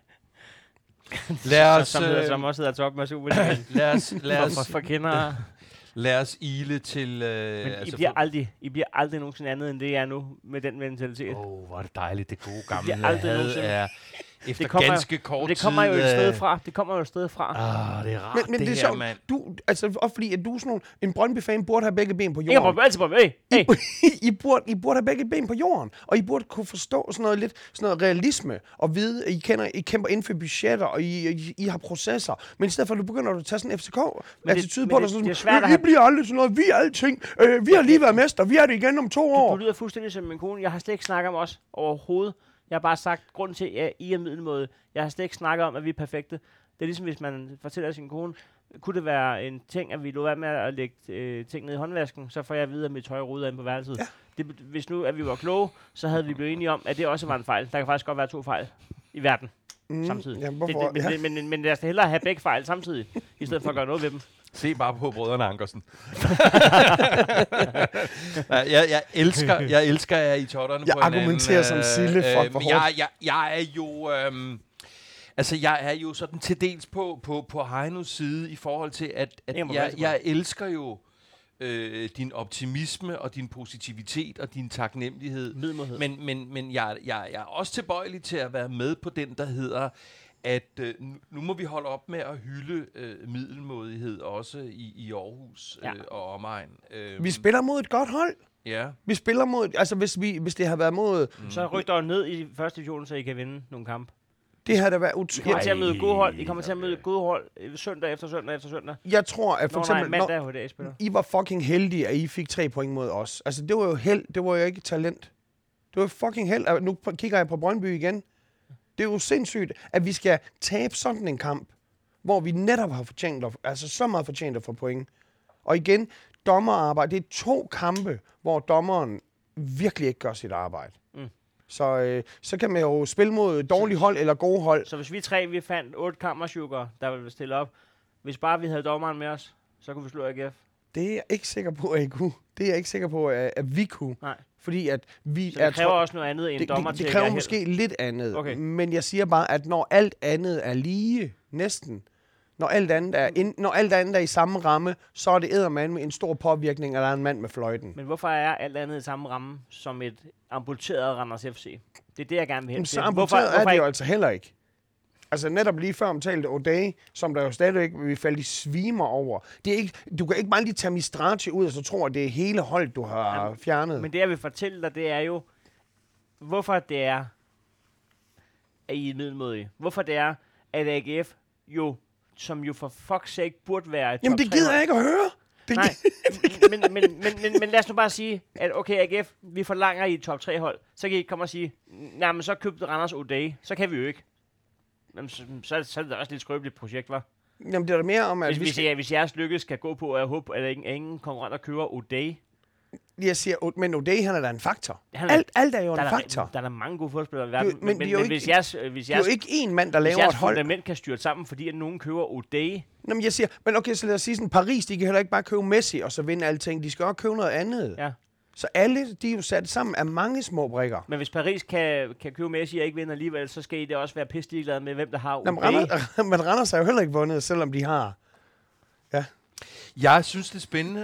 Som også hedder toppen af Superligaen. Lad os for kendere. Lad os ile til... Men I bliver aldrig nogensinde andet, end det er nu, med den mentalitet. Hvor er det dejligt, det gode gamle had er... Efter ganske kort tid... Det kommer jo et sted fra. Det kommer jo et sted fra. Det er rart, men det her, mand. Og fordi at du er sådan nogle... En Brøndby-fan burde have begge ben på jorden. Ingen altid Brøndby. Hey. I burde have begge ben på jorden. Og I burde kunne forstå sådan noget realisme. Og vide, at I kæmper inden for budgetter, og I har processer. Men i stedet for, at du begynder at tage sådan en FCK-attitude på dig. Sådan, I bliver aldrig sådan noget. Vi er alting. Vi har lige været mester. Vi er det igen om 2 år. Du lyder fuldstændig som min kone. Jeg har slet ikke snakket om os overhovedet. Jeg har bare sagt, grund til, at I er middelmåde. Jeg har slet ikke snakket om, at vi er perfekte. Det er ligesom, hvis man fortæller sin kone, kunne det være en ting, at vi lå være med at lægge ting ned i håndvasken, så får jeg at vide, at mit tøj ruder ind på værelset. Ja. Hvis nu, at vi var kloge, så havde vi blevet enige om, at det også var en fejl. Der kan faktisk godt være 2 fejl i verden samtidig. Jamen, men lad os hellere have begge fejl samtidig, i stedet for at gøre noget ved dem. Se bare på brødrene Ankersen. jeg elsker jer i totterne på hinanden. Jeg argumenterer som Sille for jeg er jo sådan til dels på Heinos side i forhold til, at jeg elsker jo din optimisme og din positivitet og din taknemmelighed. Men jeg er også tilbøjelig til at være med på den, der hedder, at nu må vi holde op med at hylde middelmådighed også i Aarhus og omegn. Vi spiller mod et godt hold. Ja. Vi spiller mod... Altså, hvis det har været mod... Så ryk der ned i første division, så I kan vinde nogle kampe. Det har da været utroligt. I kommer til at møde gode hold. I kommer til at møde gode hold søndag efter søndag efter søndag. Jeg tror, at for eksempel... mandag, I var fucking heldige, at I fik 3 point mod os. Altså, det var jo held. Det var jo ikke talent. Det var fucking held. Nu kigger jeg på Brøndby igen. Det er jo sindssygt, at vi skal tabe sådan en kamp, hvor vi netop har fortjent, altså så meget fortjent at få point. Og igen, dommerarbejde. Det er 2 kampe, hvor dommeren virkelig ikke gør sit arbejde. Så kan man jo spille mod dårlige hold eller gode hold. Så hvis vi fandt 8 kammersugar, der ville stille op, hvis bare vi havde dommeren med os, så kunne vi slå AGF? Det er jeg ikke sikker på, at I kunne. Det er jeg ikke sikker på, at vi kunne. Nej. Fordi at vi så det kræver også noget andet end dommer til. Det kræver måske lidt andet. Okay. Men jeg siger bare, at når alt andet er lige, næsten, når alt andet er i samme ramme, så er det eddermand med en stor påvirkning, at der er en mand med fløjten. Men hvorfor er alt andet i samme ramme som et amputeret Randers FC? Det er det, jeg gerne vil hen til. Så amputeret er det jo altså heller ikke. Altså netop lige før omtalte O'Day, som der jo stadigvæk vi faldt i svimer over. Det er ikke, du kan ikke bare lige tage Mistraci ud, og så tror at det er hele holdet, du har fjernet. Men det, jeg vil fortælle dig, det er jo, hvorfor det er, at I er middelmådige. Hvorfor det er, at AGF jo, som jo for fuck's sake burde være et top 3. Jamen det gider jeg ikke at høre. Nej, men lad os nu bare sige, at okay, AGF, vi forlanger i et top 3 hold. Så kan I komme og sige, nej, men så købte Randers O'Day. Så kan vi jo ikke. Jamen, så er det også lidt skrøbeligt projekt, hva'? Jamen, det er da mere om, at hvis jeres lykke skal gå på, at jeg håber, at ingen konkurrenter køber O'Day. Jeg siger, men O'Day, han er da en faktor. Alt er jo en faktor. Der er mange gode fodboldspillere i verden. Men hvis jeres det er jo ikke én mand, der laver et hold. Hvis fundament kan styrte sammen, fordi at nogen køber O'Day. Jamen, jeg siger, men okay, så lad os sige sådan, Paris, de kan heller ikke bare købe Messi og så vinde alting. De skal også købe noget andet. Ja. Så alle, de er jo sat sammen af mange små brikker. Men hvis Paris kan købe Messi og ikke vinde alligevel, så skal I det også være pisseligeglade med, hvem der har O'Day. Men Randers har jo heller ikke vundet, selvom de har. Ja. Jeg synes, det er spændende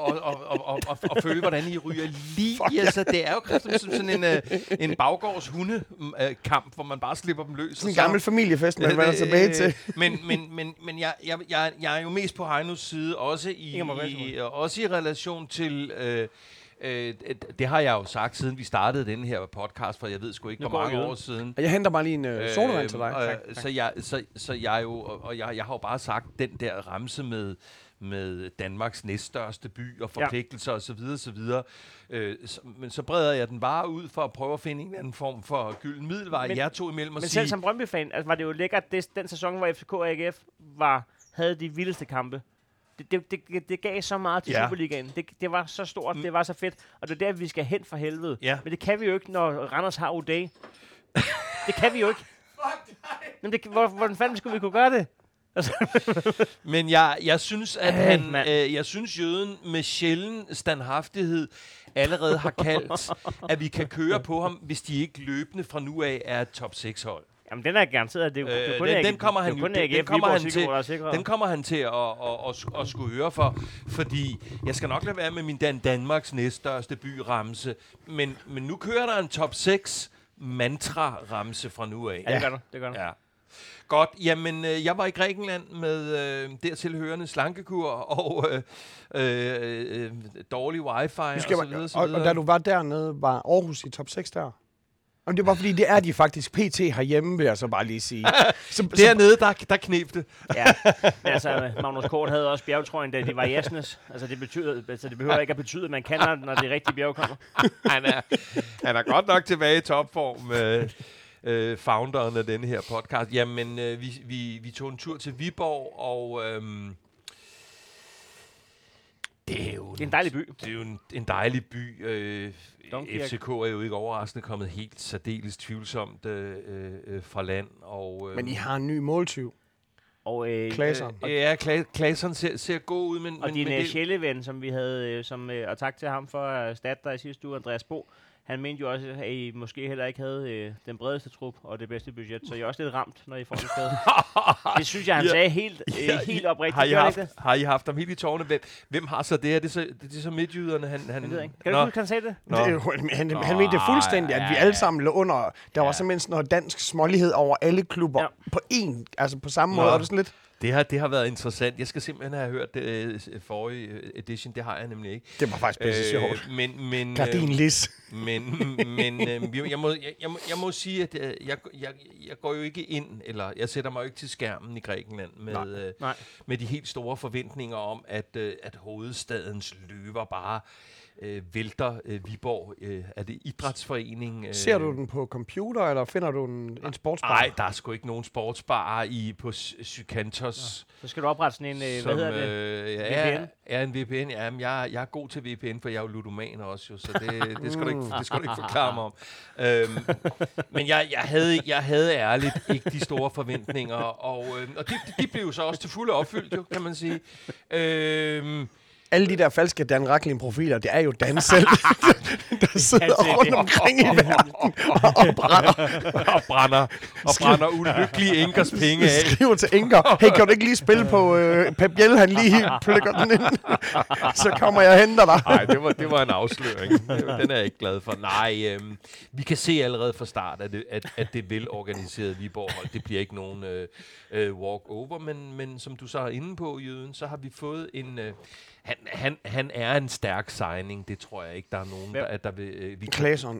at føle, hvordan I ryger lige. Altså, det er jo kraftigt som sådan en baggårds hundekamp, hvor man bare slipper dem løs. Sådan en gammel familiefest, man vender tilbage til. Men jeg er jo mest på Heinos side, også i relation til det har jeg jo sagt, siden vi startede den her podcast, for jeg ved sgu ikke, hvor mange år siden. Jeg henter bare lige en sodavand til dig. Så jeg jo, og jeg har jo bare sagt den der ramse med Danmarks næststørste by og forpligtelser osv. Men så breder jeg den bare ud for at prøve at finde en eller anden form for gylden middelvej. Jeg tog imellem at sige... Men selv som Brøndby-fan, altså, var det jo lækkert, den sæson, hvor FCK og AGF havde de vildeste kampe. Det gav så meget til Superligaen. Det var så stort, det var så fedt. Og det er der, vi skal hen for helvede. Ja. Men det kan vi jo ikke, når Randers har O'Day. Det kan vi jo ikke. Men hvordan fanden skulle vi kunne gøre det? Men jeg synes, at jeg synes, jøden med sjælden standhaftighed allerede har kaldt, at vi kan køre på ham, hvis de ikke løbende fra nu af er et top 6-hold. Jamen, den er garanteret. Den kommer han til at skulle høre for, fordi jeg skal nok lade være med min Danmarks næststørste by-ramse, men nu kører der en top 6 mantra-ramse fra nu af. Ja, det gør du. Ja. Godt, jamen jeg var i Grækenland med dertilhørende slankekur og dårlig wifi og så videre. Og da du var dernede, var Aarhus i top 6 der? Jamen, det var fordi, det er de faktisk pt. Herhjemme, vil jeg så bare lige sige. Dernede, der kneb det. Ja, men altså, Magnus Kort havde også bjergetrøjen, da de var i Asnes. Altså, det behøver ikke at betyde, at man kan, når det rigtige bjerg kommer. Han er godt nok tilbage i topform, founderen af denne her podcast. Jamen, vi tog en tur til Viborg, og... Det er jo en dejlig by. Det er jo en dejlig by. FCK er jo ikke overraskende kommet helt særdeles tvivlsomt fra land. Men I har en ny måltyv. Og Claesson. Claesson ser god ud, men... Og din sjæleven, som vi havde, og tak til ham for at erstatte dig i sidste uge, Andreas Bo, han mente jo også, at I måske heller ikke havde den bredeste trup og det bedste budget, så I er også lidt ramt, når I får det skade. Det synes jeg, han sagde helt oprigtigt. Har I haft ham helt i tårne? Hvem har så det? Er det så midtjyderne? Han ved ikke. Kan du huske, han sagde det? Han mente det fuldstændig, at vi alle sammen lå under. Der var simpelthen sådan noget dansk smålighed over alle klubber på samme måde. Og det sådan lidt... Det har været interessant. Jeg skal simpelthen have hørt forrige edition. Det har jeg nemlig ikke. Det var faktisk pisse sjovt. Men Gardinlis. Men jeg må sige, at jeg går jo ikke ind, eller jeg sætter mig jo ikke til skærmen i Grækenland med de helt store forventninger om, at hovedstadens løver bare vælter Viborg. Er det idrætsforening? Ser du den på computer, eller finder du en sportsbar? Nej, der er sgu ikke nogen sportsbar på Sykantos. Så skal du oprette sådan en, hvad hedder det? VPN? Ja, en VPN. Jamen, jeg er god til VPN, for jeg er jo ludoman også, jo, så det skal du ikke forklare mig om. Men jeg havde ærligt ikke de store forventninger, og de blev jo så også til fulde opfyldt, jo, kan man sige. Alle de der falske Dan Racklin-profiler, det er jo Dan selv, der sidder rundt omkring i verden og brænder ulykkelige enkers penge af. Skriver til enker, hey, kan du ikke lige spille på Pep Biel, han lige plukker den ind, så kommer jeg og henter dig. Nej, det var en afsløring. Den er jeg ikke glad for. Nej, vi kan se allerede fra start, at det velorganiserede Viborg-hold, det bliver ikke nogen walk-over, men som du så er inde på, Jøden, så har vi fået en... Han er en stærk signing, det tror jeg ikke, der er nogen, der vil... Claesson.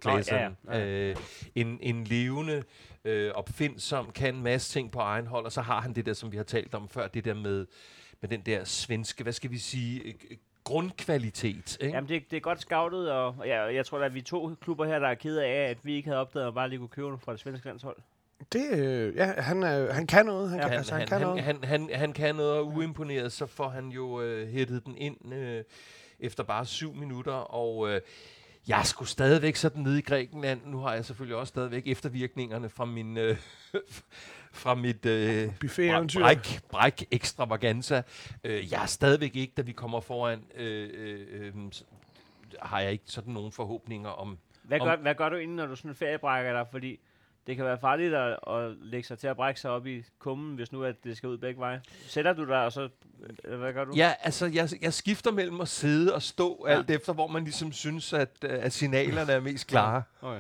En levende, opfindsom, kan en masse ting på egen hold, og så har han det der, som vi har talt om før, det der med den der svenske, hvad skal vi sige, grundkvalitet. Ikke? Jamen, det er godt scoutet, og jeg tror, at vi 2 klubber her, der er ked af, at vi ikke havde opdaget, at bare lige kunne købe den fra det svenske landshold. Han kan noget. Han kan noget, og uimponeret, så får han jo hættet den ind efter bare 7 minutter, og jeg er sgu stadigvæk sådan nede i Grækenland. Nu har jeg selvfølgelig også stadigvæk eftervirkningerne fra min... fra mit bræk ekstravaganza. Jeg er stadigvæk ikke, da vi kommer foran, har jeg ikke sådan nogle forhåbninger om... Hvad gør du inden, når du sådan feriebrækker dig? Fordi det kan være farligt at lægge sig til at brække sig op i kummen, hvis nu at det skal ud begge veje. Sætter du dig, og så... Hvad gør du? Ja, altså, jeg skifter mellem at sidde og stå, alt efter, hvor man ligesom synes, at signalerne er mest klare. Okay.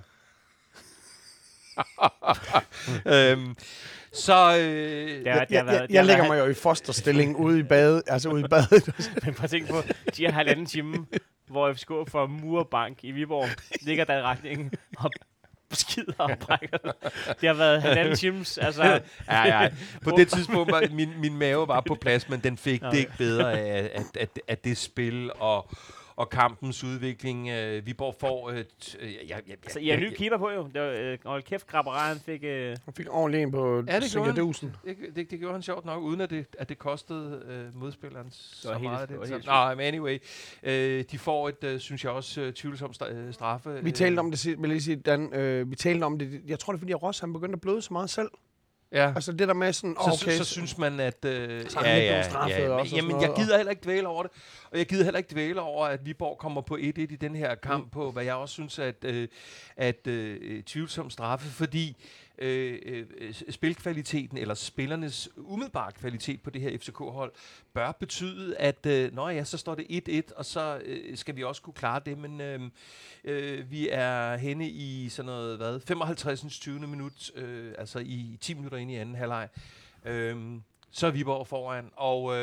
Jeg lægger mig jo i fosterstilling ude i badet, altså ude i badet. Men prøv at tænke på, de har 1,5 time hvor FCK får Murbank i Viborg, ligger der i retningen og skider og brækker. Det har været halvanden times. Altså. Ja. På det tidspunkt var min mave var på plads, men den fik det ikke bedre af det spil og kampens udvikling. Viborg får... I har ny keeper på jo. Hold kæft, Grappera, han fik ordentligt en på Singadusen. Det gjorde han sjovt nok, uden at det kostede modspilleren så meget. Men anyway. De får et, synes jeg også, tvivlsomt straffe. Vi talte om det, vil jeg sige, Dan. Vi talte om det. Jeg tror, det er, fordi Ross han begyndte at bløde så meget selv. Ja. Altså det der med sådan, så synes man, at... Jamen, jeg gider heller ikke dvæle over det. Og jeg gider heller ikke dvæle over, at Viborg kommer på 1-1 i den her kamp på, hvad jeg også synes at tvivlsom straffe, fordi spilkvaliteten, eller spillernes umiddelbare kvalitet på det her FCK-hold, bør betyde, at så står det 1-1, og så skal vi også kunne klare det, men vi er henne i sådan noget, 55. 20. minut, altså i 10 minutter inde i anden halvleg. Så er Viborg foran, og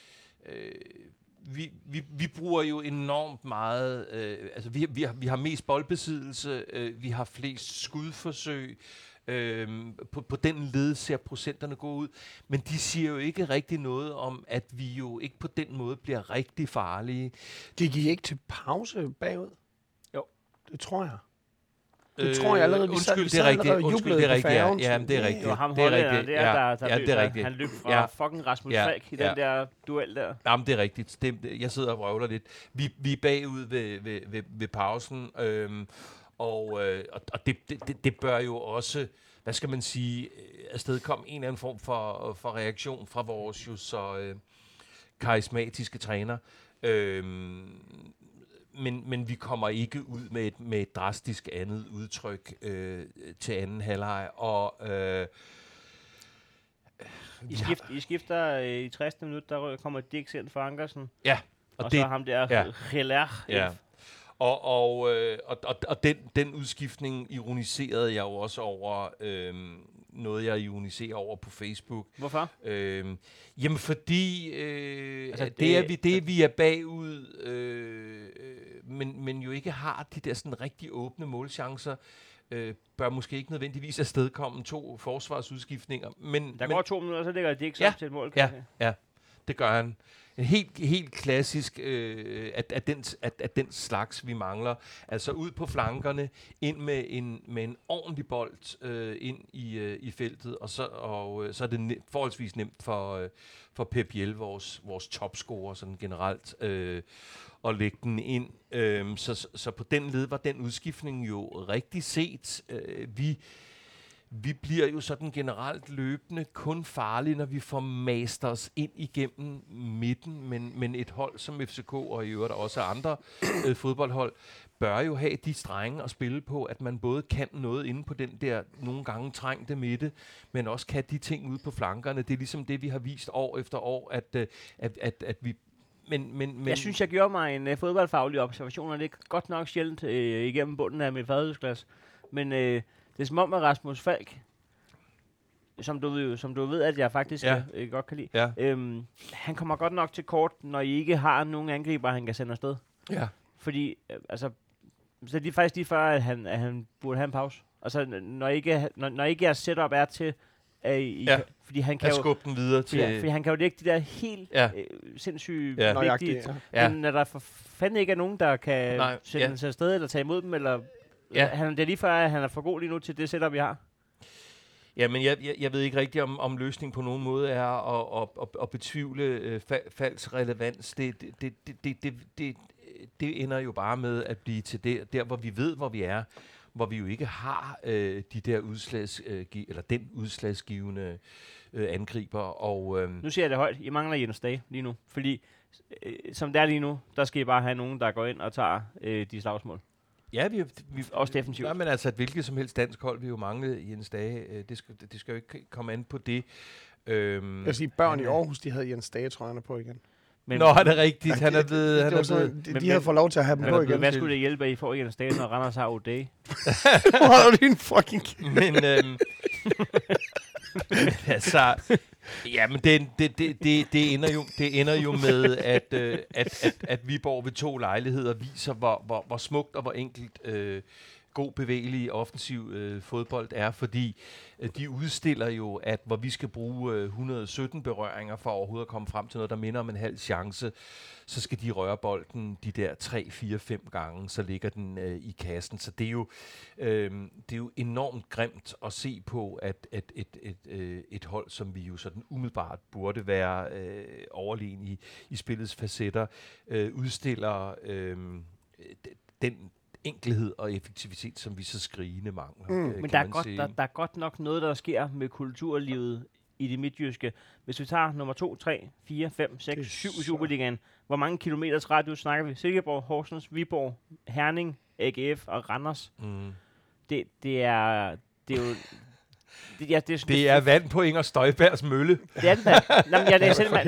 vi bruger jo enormt meget, vi har mest boldbesiddelse, vi har flest skudforsøg, på den led ser procenterne gå ud, men de siger jo ikke rigtig noget om, at vi jo ikke på den måde bliver rigtig farlige. Gik I ikke til pause bagud? Jo. Det tror jeg. Det tror jeg allerede, undskyld, det er rigtigt. Undskyld, det er rigtigt. Ja, det er rigtigt. Det var ham det er rigtigt. Det er rigtigt. Han løb fra fucking Rasmus Falk i den der duel der. Jamen, det er rigtigt. Jeg sidder og vrøvler lidt. Vi er bagud ved pausen, og det bør jo også, hvad skal man sige, afstedkomme en eller anden form for reaktion fra vores jo så karismatiske træner. Men vi kommer ikke ud med et drastisk andet udtryk til anden halvleg. Og I skifter i 60. minut, der kommer Dix ind for Ankersen. Ja. Og så ham der Heller. Ja. Og den udskiftning ironiserede jeg jo også over, noget jeg ironiserer over på Facebook. Hvorfor? Jamen fordi vi er bagud, men jo ikke har de der sådan rigtig åbne målchancer, bør måske ikke nødvendigvis afstedkomme 2 forsvarsudskiftninger. Men der går 2 minutter, så ligger det ikke til et mål. Ja, det gør han. Helt klassisk at den slags, vi mangler. Altså ud på flankerne, ind med en ordentlig bold ind i feltet, og så er det forholdsvis nemt for Pep Biel, vores topscorer sådan generelt, at lægge den ind. Så på den led var den udskiftning jo rigtig set. Vi bliver jo sådan generelt løbende kun farlige, når vi får masters ind igennem midten, men et hold som FCK og i øvrigt også andre fodboldhold bør jo have de strenge at spille på, at man både kan noget inde på den der nogle gange trængte midte, men også kan de ting ude på flankerne. Det er ligesom det, vi har vist år efter år, at vi... Men jeg synes, jeg gjorde mig en fodboldfaglig observation, og det er godt nok sjældent igennem bunden af mit fadelsglas. Men det er som om, at Rasmus Falk, som du ved, at jeg faktisk godt kan lide, han kommer godt nok til kort, når I ikke har nogen angriber, han kan sende afsted. Ja. Fordi, så det er faktisk lige før, at han burde have en pause. Altså, når ikke jeres setup er til, fordi han kan skubbe den videre til... Fordi han kan jo lægge de der helt sindssyge vigtige... Men når der for fanden ikke er nogen, der kan sende sig afsted, eller tage imod dem, eller... Ja. Det er lige før, at han er for god lige nu til det setup, vi har. Ja, men jeg ved ikke rigtigt, om løsningen på nogen måde er at betvivle Falks relevans. Det ender jo bare med at blive til der, hvor vi ved, hvor vi er, hvor vi jo ikke har de der den udslagsgivende angriber. Og, nu siger jeg det højt. I mangler Jens Dage lige nu. Fordi som det er lige nu, der skal I bare have nogen, der går ind og tager de slagsmål. Ja, vi også defensivt. Ja, men altså, et hvilket som helst dansk hold, vi jo mangle Jens Dage. Det skal jo ikke komme an på det. Jeg vil sige, børn i Aarhus, de havde Jens Dage-trøjerne på igen. Nå, er det rigtigt? Han er blevet... De havde fået lov til at have dem på igen. Hvad skulle det hjælpe, at I får Jens Dage, når Randers har O'Day? Hvor er du din fucking... Men... Altså, jamen det ender jo med, at Viborg ved 2 lejligheder viser, hvor smukt og hvor enkelt god, bevægelig, offensiv fodbold er, fordi de udstiller jo, at hvor vi skal bruge 117 berøringer for overhovedet at komme frem til noget, der minder om en halv chance, så skal de røre bolden de der 3, 4, 5 gange, så ligger den i kassen. Så det er jo enormt grimt at se på, at et hold, som vi jo sådan umiddelbart burde være overlegen i spillets facetter, udstiller den enkelhed og effektivitet, som vi så skrigende mangler. Men der er godt nok noget, der sker med kulturlivet i det midtjyske. Hvis vi tager nummer 2, 3, 4, 5, 6, 7 i Superligaen, hvor mange kilometers radius snakker vi? Silkeborg, Horsens, Viborg, Herning, AGF og Randers. Det er jo... Det er vand på Inger Støjbergs mølle. Det er det da. Jeg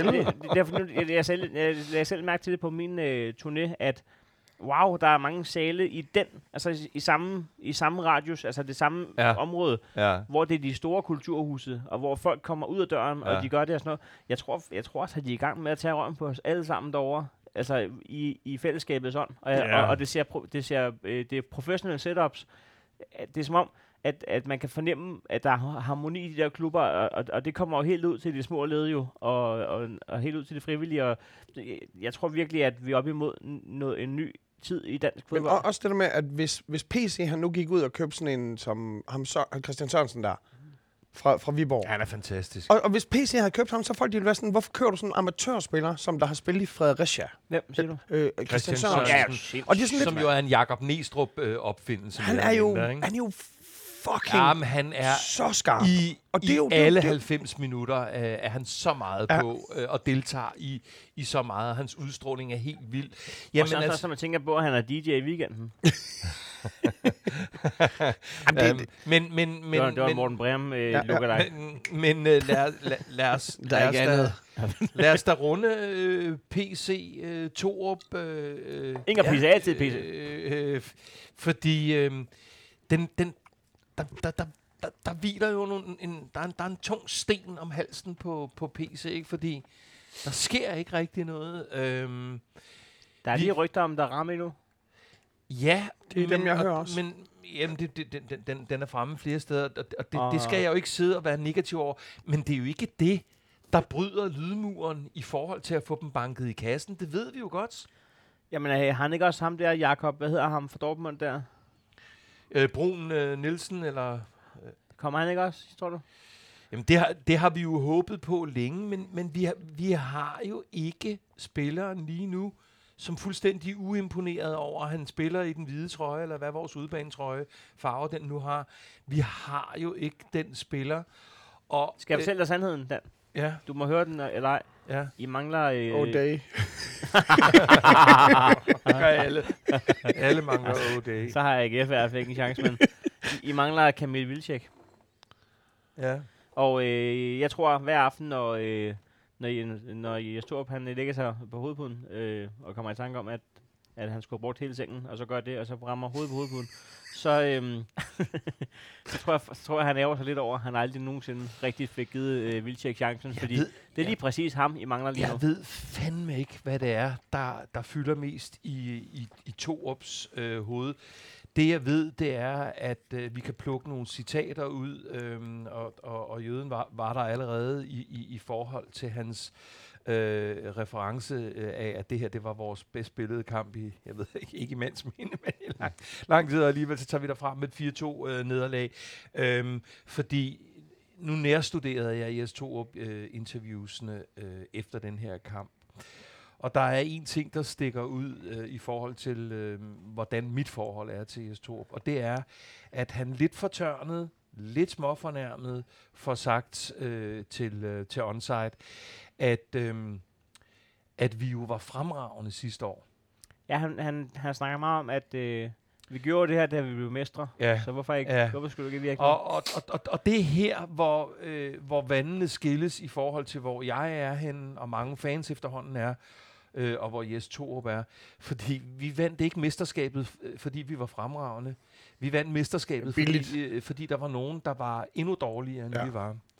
lagde selv mærke til det på min turné, at wow, der er mange sale i den, altså i samme radius, altså det samme område, hvor det er de store kulturhuse, og hvor folk kommer ud af døren, og de gør det og sådan noget. Jeg tror også, at de er i gang med at tage røven på os alle sammen derovre, altså i fællesskabets ånd. Og det er professionelle setups. Det er som om, at man kan fornemme, at der er harmoni i de der klubber, og det kommer jo helt ud til de små led jo, og helt ud til det frivillige. Og jeg tror virkelig, at vi er op imod en ny tid i dansk fodbold. Men også det der med, at hvis PC han nu gik ud og købte sådan en som Christian Sørensen der, fra Viborg. Han er fantastisk. Og hvis PC havde købt ham, så folk ville være sådan, hvorfor kører du sådan en amatørspiller, som der har spillet i Fredericia? Hvem siger du? Christian Sørensen. Og det er sådan som lidt, jo er en Jakob Næstrup opfindelse. Han er jo fucking han er så skarp. Og det er jo alle 90 minutter er han så meget på og deltager i så meget. Hans udstråling er helt vild. Jamen, og så man tænker på, at han er DJ i weekenden. Det var Morten Breum lukker dig. Men lad os da runde PC Torup. Ingen PC er altid PC. Fordi der hviler jo der er en tung sten om halsen på PC, ikke? Fordi der sker ikke rigtig noget. Der er lige rygter om, der rammer nu. Ja, det er dem, jeg hører også. Men jamen, den er fremme flere steder, og det skal jeg jo ikke sidde og være negativ over. Men det er jo ikke det, der bryder lydmuren i forhold til at få dem banket i kassen. Det ved vi jo godt. Jamen, har han ikke også ham der, Jakob? Hvad hedder ham for Dortmund der? Brun Nielsen, eller... Kommer han ikke også, tror du? Jamen, det har vi jo håbet på længe, men vi har jo ikke spilleren lige nu, som fuldstændig uimponeret over, at han spiller i den hvide trøje, eller hvad vores udebanetrøje farver den nu har. Vi har jo ikke den spiller. Og, skal jeg fortælle dig sandheden, Dan? Ja. Du må høre den, eller ej. Ja. I mangler... O'Day. Alle mangler O'Day. Så har jeg ikke i hvert fald ikke en chance, men I mangler Kamil Vilcek. Ja. Og jeg tror, hver aften, når Jes Torup han lægger sig på hovedpuden, og kommer i tanke om, at han skulle have brugt hele sengen, og så gør det, og så rammer hovedet på hovedpuden, så tror jeg, han ærger sig lidt over, at han aldrig nogensinde rigtig fik givet Vilcek chancen, fordi det er lige præcis ham, I mangler lige nu. Jeg ved fandme ikke, hvad det er, der fylder mest i Torups hoved. Det jeg ved, det er, at vi kan plukke nogle citater ud, og jøden var der allerede i forhold til hans reference af, at det her det var vores bedst spillede kamp i, jeg ved ikke imens mine, men i lang tid, og alligevel så tager vi derfra med et 4-2 nederlag. Fordi nu nærstuderede jeg Jes Torup interviewsene efter den her kamp. Og der er en ting, der stikker ud i forhold til, hvordan mit forhold er til Jes Torup. Og det er, at han lidt fortørnet, lidt småfornærmet, får sagt til Onsite, at vi jo var fremragende sidste år. Ja, han snakker meget om, at vi gjorde det her, da vi blev mestre. Ja. Så hvorfor ikke? Ja. Hvorfor skulle du ikke virke? Og det er her, hvor vandene skilles i forhold til, hvor jeg er henne, og mange fans efterhånden er, og hvor Jes Torup er. Fordi vi vandt ikke mesterskabet, fordi vi var fremragende. Vi vandt mesterskabet, fordi der var nogen, der var endnu dårligere, end vi var.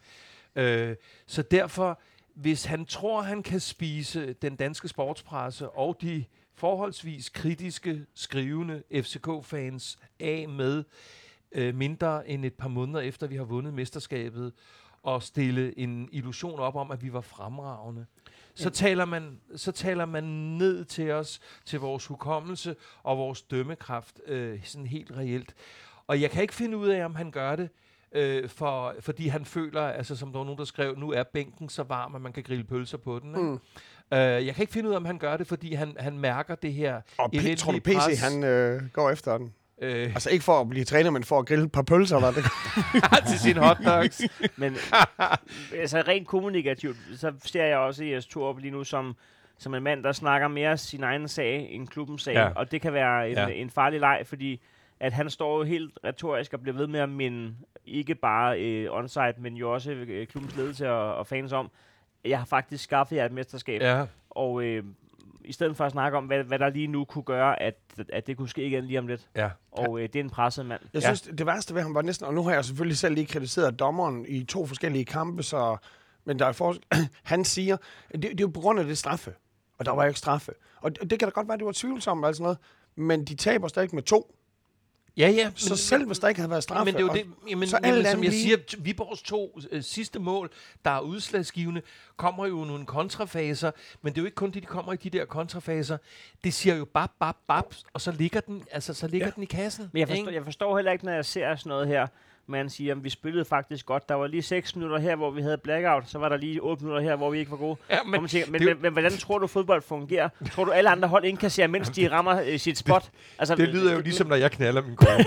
Så derfor, hvis han tror, han kan spise den danske sportspresse og de forholdsvis kritiske, skrivende FCK-fans af med mindre end et par måneder efter, vi har vundet mesterskabet, og stille en illusion op om, at vi var fremragende, så taler man ned til os, til vores hukommelse og vores dømmekraft, sådan helt reelt. Og jeg kan ikke finde ud af, om han gør det, fordi han føler, altså som der var nogen, der skrev, nu er bænken så varm, at man kan grille pølser på den. Ikke? Jeg kan ikke finde ud af, om han gør det, fordi han mærker det her elendige tror du, PC han går efter den? Altså ikke for at blive træner, men for at grille et par pølser, eller det til sine hotdogs. Men altså rent kommunikativt, så ser jeg også Jes Torup lige nu som en mand, der snakker mere sin egen sag end klubbens sag. Ja. Og det kan være en farlig leg, fordi at han står jo helt retorisk og bliver ved med at minde ikke bare onsite, men jo også klubbens ledelse og fans om, jeg har faktisk skaffet jer et mesterskab. Ja. Og i stedet for at snakke om, hvad der lige nu kunne gøre, at det kunne ske igen lige om lidt. Ja. Og det er en presset mand. Jeg synes, det værste ved ham var næsten, og nu har jeg selvfølgelig selv lige kritiseret dommeren i 2 forskellige kampe, men der er han siger, det er jo på grund af det straffe, og der var jo ikke straffe. Og det kan da godt være, det var tvivlsomt eller sådan noget, men de taber stadig med 2. Ja. Så selv hvis der ikke havde været straffe. Men det er jo det, som jeg siger, Viborgs 2 sidste mål, der er udslagsgivende, kommer jo nogle kontrafaser, men det er jo ikke kun de kommer i de der kontrafaser. Det siger jo bap, og så ligger den i kassen. Men jeg forstår heller ikke, når jeg ser sådan noget her, man siger, at vi spillede faktisk godt. Der var lige 6 minutter her, hvor vi havde blackout. Så var der lige 8 minutter her, hvor vi ikke var gode. Ja, men hvordan tror du, fodbold fungerer? Tror du, alle andre hold indkasserer, mens de rammer sit spot? Altså, det lyder jo ligesom, når jeg knaller min kone.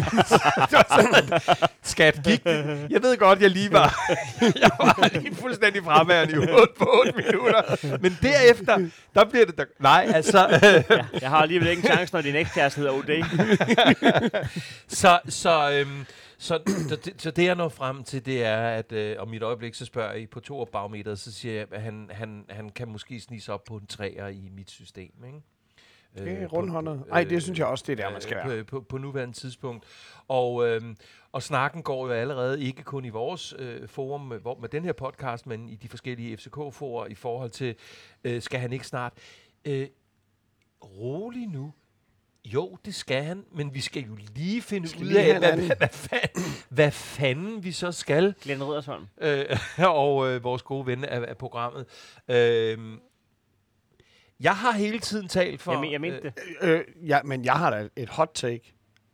Skat, gik det? Jeg ved godt, jeg var lige fuldstændig fraværende i 8 minutter. Men derefter, der bliver det... Nej, altså... jeg har alligevel ikke en chance, når din ekskæreste hedder OD. Så det jeg når frem til, det er, at om et øjeblik, så spørger I på Torup-barometeret, så siger jeg, at han kan måske snige op på en 3'er i mit system, ikke? Det er rundhåndet. Nej, det synes jeg også, det er der, man skal være. På nuværende tidspunkt. Og snakken går jo allerede ikke kun i vores forum med den her podcast, men i de forskellige FCK-forer i forhold til, skal han ikke snart... rolig nu. Jo, det skal han, men vi skal jo lige finde ud af, hvad fanden vi så skal. Glenn Riddersholm. Og vores gode ven af programmet. Jeg har hele tiden talt for... Jeg mente det. Men jeg har da et hot take.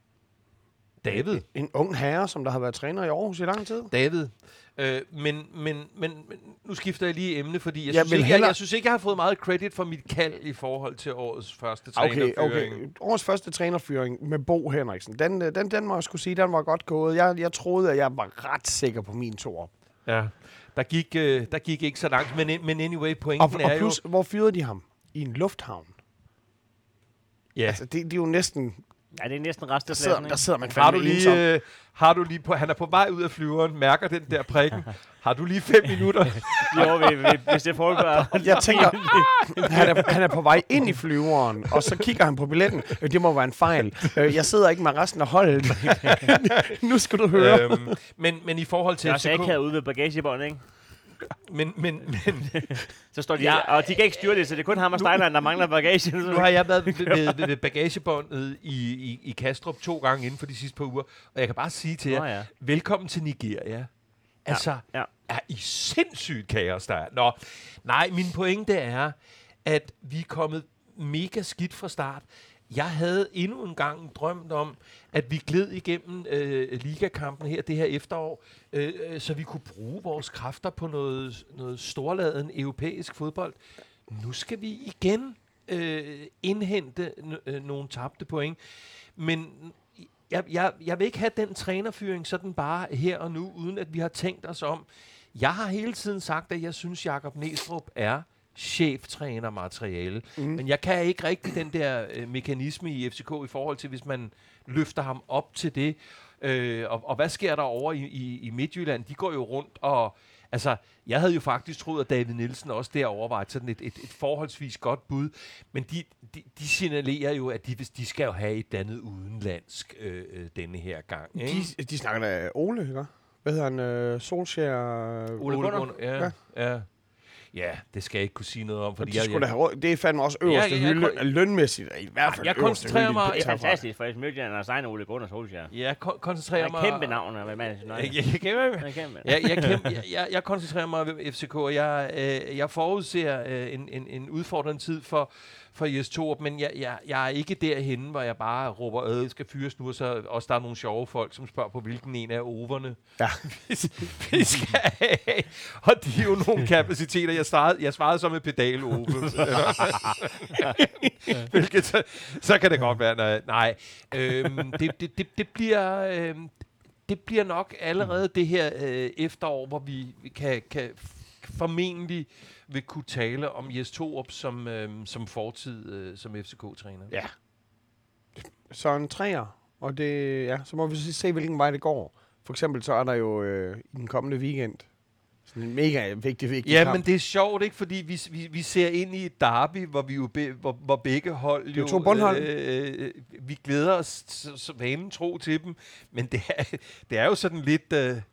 David. En ung herre, som der har været træner i Aarhus i lang tid. David. Men nu skifter jeg lige emne, fordi jeg synes ikke, jeg har fået meget credit for mit kald i forhold til årets første trænerfyring. Okay. Årets første trænerfyring med Bo Henriksen. Den må jeg skulle sige, den var godt gået. Jeg troede, at jeg var ret sikker på min 2 år. Ja, der gik ikke så langt, men anyway, pointen er plus, hvor fyrede de ham? I en lufthavn. Ja. Altså, det er jo næsten... Ja, det er næsten restepladsen. Der sidder man fandme har du lige han er på vej ud af flyveren, mærker den der prikken. Har du lige 5 minutter? Jo, hvis det foregår. Jeg tænker, han er på vej ind i flyveren, og så kigger han på billetten. Det må være en fejl. Jeg sidder ikke med resten af holdet. Nu skal du høre. Men i forhold til... Jeg er ikke herude ved bagagebånd, ikke? Men så står de og de kan ikke styre det, så det er kun ham og Steinlein, der mangler bagage. Nu har jeg været ved bagagebåndet i Kastrup 2 gange inden for de sidste par uger, og jeg kan bare sige til jer, velkommen til Nigeria. Altså, er I sindssygt kaos, der er. Nå, nej, min pointe er, at vi er kommet mega skidt fra start. Jeg havde endnu en gang drømt om, at vi gled igennem ligakampen her det her efterår, så vi kunne bruge vores kræfter på noget storladen europæisk fodbold. Nu skal vi igen indhente nogle tabte point. Men jeg vil ikke have den trænerfyring sådan bare her og nu, uden at vi har tænkt os om. Jeg har hele tiden sagt, at jeg synes, Jakob Næstrup er cheftrænermateriale. Men jeg kan ikke rigtig den der mekanisme i FCK i forhold til, hvis man løfter ham op til det. Og hvad sker der over i Midtjylland? De går jo rundt og... Altså, jeg havde jo faktisk troet, at David Nielsen også der overvejet sådan et forholdsvis godt bud. Men de signalerer jo, at de skal jo have et andet udenlandsk denne her gang. Ikke? De snakker da Ole, ikke? hvad hedder han, Solskjaer... Ole Gunnar. Ja, det skal jeg ikke kunne sige noget om, fordi det er fandme også øverste hylde, lønmæssigt, i hvert fald jeg koncentrerer mig... Det er fantastisk, for Midtjylland har signet Ole Gunnar Solskjaer. Jeg koncentrerer mig... Kæmpe navn af Manchester United. Jeg koncentrerer mig ved FCK, og jeg forudser en udfordrende tid for Jes Torup, men jeg er ikke derhenne, hvor jeg bare råber, skal fyres nu, og så også der er nogle sjove folk, som spørger på, hvilken en af overne vi skal have. Og de er jo nogle kapaciteter. Jeg svarede så med pedal-ove. Hvilket, så kan det godt være. Nej. Det bliver nok allerede det her efterår, hvor vi kan formentlig vil kunne tale om Jes Torup som fortid som FCK-træner. Ja. Så en 3'er, og så må vi se, hvilken vej det går. For eksempel så er der jo i den kommende weekend sådan en mega vigtig kamp. Men det er sjovt, ikke? Fordi vi ser ind i et derby, hvor vi jo hvor begge hold jo... Det er 2 bundhold. Vi glæder os så vanen tro til dem, men det er jo sådan lidt... Det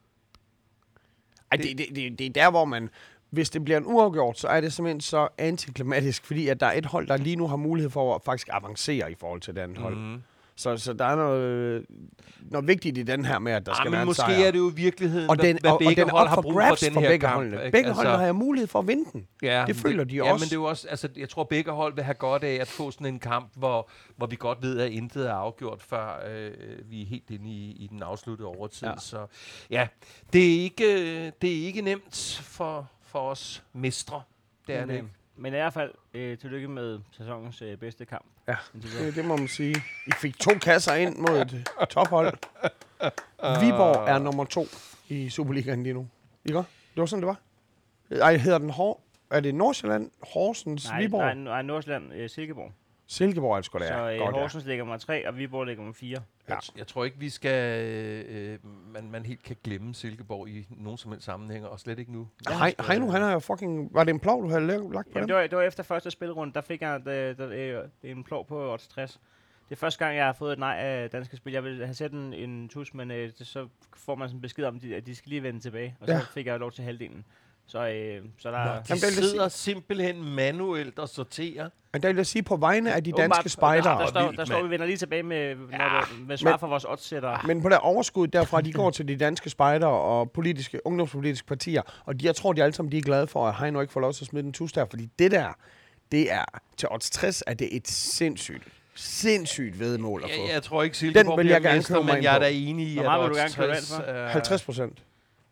er der, hvor man... Hvis det bliver en uafgjort, så er det simpelthen så antiklimatisk, fordi at der er et hold, der lige nu har mulighed for at faktisk avancere i forhold til det andet hold. Så der er noget vigtigt i den her med, at der skal være en sejr. Måske er det jo i virkeligheden, hvad begge hold har brug for den her begge kamp. holdene. Begge hold har mulighed for at vinde den. Ja, det føler de også. Ja, men det er jo også, altså, jeg tror, begge hold vil have godt af at få sådan en kamp, hvor vi godt ved, at intet er afgjort, før vi er helt inde i den afsluttede overtid. Ja. Så ja, det er ikke nemt for os mestre. Det er det ikke. Men i hvert fald tillykke med sæsonens bedste kamp. Ja, det må man sige. I fik 2 kasser ind mod et tophold. Viborg er nummer 2 i Superligaen lige nu. Ikke? Det var sådan, det var. Ej, hedder den er det Nordsjælland, Horsens, Viborg? Nej, Nordsjælland, Silkeborg. Silkeborg er det sgu da. Så Horsens ligger nummer 3, og Viborg ligger nummer 4. Ja. Jeg tror ikke, vi skal... man helt kan glemme Silkeborg i nogen som helst sammenhæng, og slet ikke nu. Heino, han er jo fucking... Var det en plov, du havde lagt på dem? Det var efter første spilrunde, der fik jeg en plov på 60. Det er første gang, jeg har fået et nej af danske spil. Jeg ville have sat en tus, men så får man sådan en besked om, at de skal lige vende tilbage. Og så fik jeg lov til halvdelen. Så der... De sidder simpelthen manuelt og sorterer. Men der vil jeg sige, på vegne af de danske spejdere... Der står vi vender lige tilbage med svar for vores oddsættere. Men på der overskud derfra, de går til de danske spejdere og ungdomspolitiske partier. Og jeg tror, de alle sammen de er glade for, at Heino ikke får lov til at smide den tus der. Fordi det er til odds 60, at det er et sindssygt vedmål at få. Jeg tror ikke, Silkeborg bliver mester, men jeg er da enig i, at odds 60. 50%.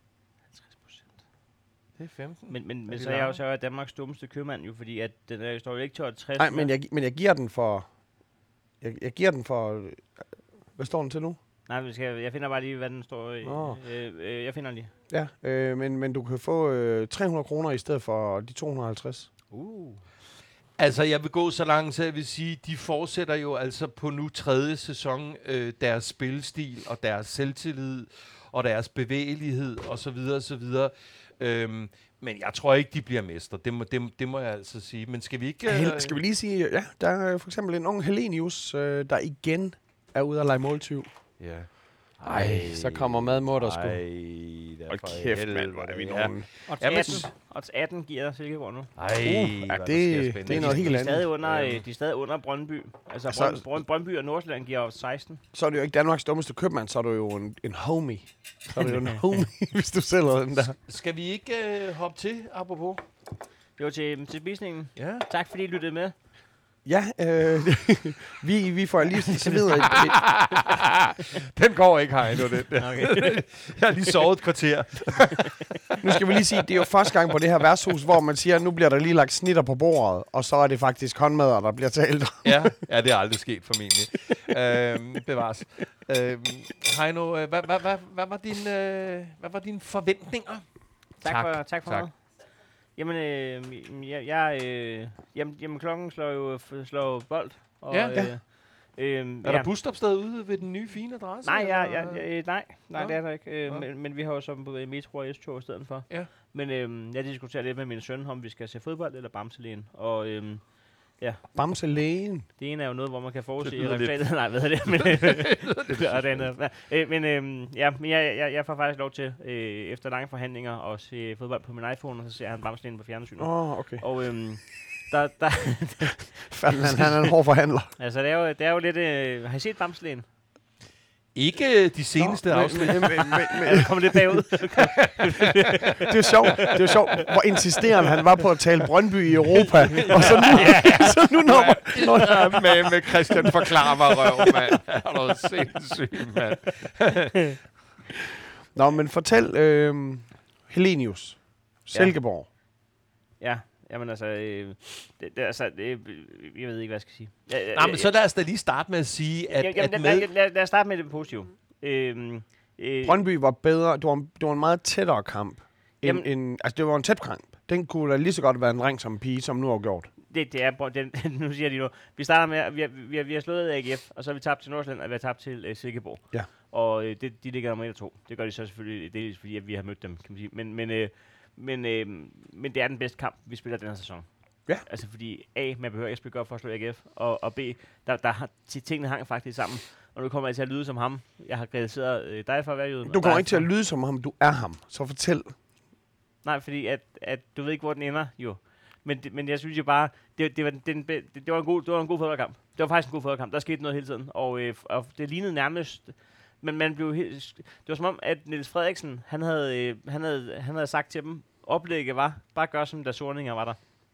Det er 15. Men så er jeg jo Danmarks dummeste købmand jo, fordi at den står jo ikke til 60. Nej, men jeg giver den for... Jeg giver den for... Hvad står den til nu? Nej, jeg finder bare lige, hvad den står i. Jeg finder lige. Ja, men du kan få 300 kroner i stedet for de 250. Altså, jeg vil gå så langt, så jeg vil sige, de fortsætter jo altså på nu 3. sæson deres spilstil og deres selvtillid og deres bevægelighed osv. osv. Men jeg tror ikke, de bliver mester. Det må jeg altså sige. Men skal vi ikke... Skal vi lige sige, ja, der er for eksempel en ung Helenius, der igen er ude at lege måltyv. Ja. Ej, så kommer madmutter sgu. Hold kæft, mand, hvor er vi nogen. Odds 18 giver Silkeborg nu. Det er noget helt andet. De er stadig under Brøndby. Altså Brøndby og Nordsjælland giver odds 16. Så er det jo ikke Danmarks dummeste købmand, så er du jo en homie. Så er du jo en homie, hvis du sælger den der. Skal vi ikke hoppe til, apropos? Jo, til spisningen. Ja. Tak fordi I lyttede med. Ja, vi får lige serveret Den går ikke, Heino, den der. Okay. Jeg har lige sovet et kvarter. Nu skal vi lige sige, det er jo første gang på det her værtshus, hvor man siger, at nu bliver der lige lagt snitter på bordet, og så er det faktisk håndmadder, der bliver talt om. Ja, det er aldrig sket formentlig. Bevares. Heino, hvad var dine forventninger? Tak for det. Jamen, klokken slår bold. Og, er der busstopsted ude ved den nye fine adresse? Nej, det er der ikke. Men vi har jo som metro og S-tog i stedet for. Ja. Men jeg diskuterer lidt med min søn, om vi skal se fodbold eller bamselægen. Og Ja. Bamselægen. Det ene er jo noget, hvor man kan forudse resultatet. Nej, hvad er det? Men jeg får faktisk lov til, efter lange forhandlinger, at se fodbold på min iPhone, og så ser han Bamselægen på fjernsynet. Okay. Og han er en hård forhandler. Altså, det er jo lidt... har I set Bamselægen? Ikke de seneste afsnit. Men Kommer lidt bagud. det er jo sjovt, hvor insisterende han var på at tale Brøndby i Europa. Og så nu når med Christian forklarer mig røv, mand. Er du sindssygt, mand. Nå, men fortæl Helenius. Silkeborg. Ja. Jamen altså, jeg ved ikke, hvad jeg skal sige. Men så lad os da lige starte med at sige, at lad os starte med det positive. Brøndby var bedre. Det var en meget tættere kamp. Altså, det var en tæt kamp. Den kunne da lige så godt være en ring som en pige, som nu har gjort. Det er, nu siger de nu. Vi starter med, vi har slået AGF, og så har vi tabt til Nordsjælland, og vi har tabt til Silkeborg. Ja. Og de ligger nummer 1 og 2. Det gør de så selvfølgelig delvis, fordi at vi har mødt dem, kan man sige. Men det er den bedste kamp, vi spiller den her sæson. Ja. Altså fordi A, man behøver ikke at spille godt for at slå AGF, og B, der har tingene hang faktisk sammen. Og nu kommer jeg til at lyde som ham. Jeg har kritiseret dig for at være jøden. Du kommer ikke til at lyde som ham, du er ham. Så fortæl. Nej, fordi at du ved ikke, hvor den ender, jo. Men jeg synes jo bare, det var en god fodboldkamp. Det var faktisk en god fodboldkamp. Der skete noget hele tiden. Og det lignede nærmest... Men man blev det var som om, at Niels Frederiksen, han havde sagt til dem, oplægget var, bare gør som der Sorninger var der.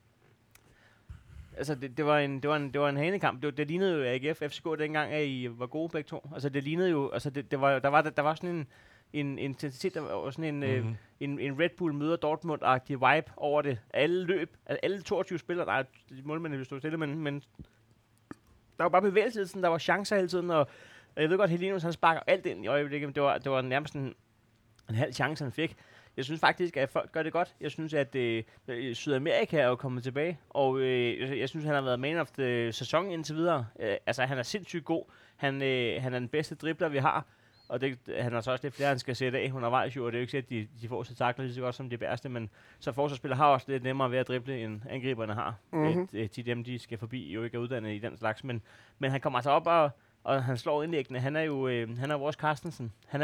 Altså, det var en hanekamp. Det lignede jo AGF, FCK dengang, at I var gode begge to. Altså, det lignede jo, altså, der var sådan en intensitet, der var sådan en Red Bull møder Dortmund-agtig vibe over det. Alle løb, altså alle 22 spillere, der er målmændene, vi stod stille, men der var bare bevægelse, sådan, der var chancer hele tiden, og jeg ved godt, Helenius, han sparker alt ind i øjeblikket, men det var nærmest en halv chance, han fik. Jeg synes faktisk, at folk gør det godt. Jeg synes, at Sydamerika er jo kommet tilbage, og jeg synes, han har været man of the sæson indtil videre. Altså, han er sindssygt god. Han er den bedste dribler, vi har, og han har så også lidt flere, han skal sætte af undervejs, og det er jo ikke så, at de får sig takler lige så godt som de bedste, men så forsvarsspillere har også lidt nemmere ved at drible, end angriberne har. Dem, de skal forbi, jo ikke er uddannet i den slags, men han kommer altså op, og han slår indlæggende. Han er vores Carstensen. Han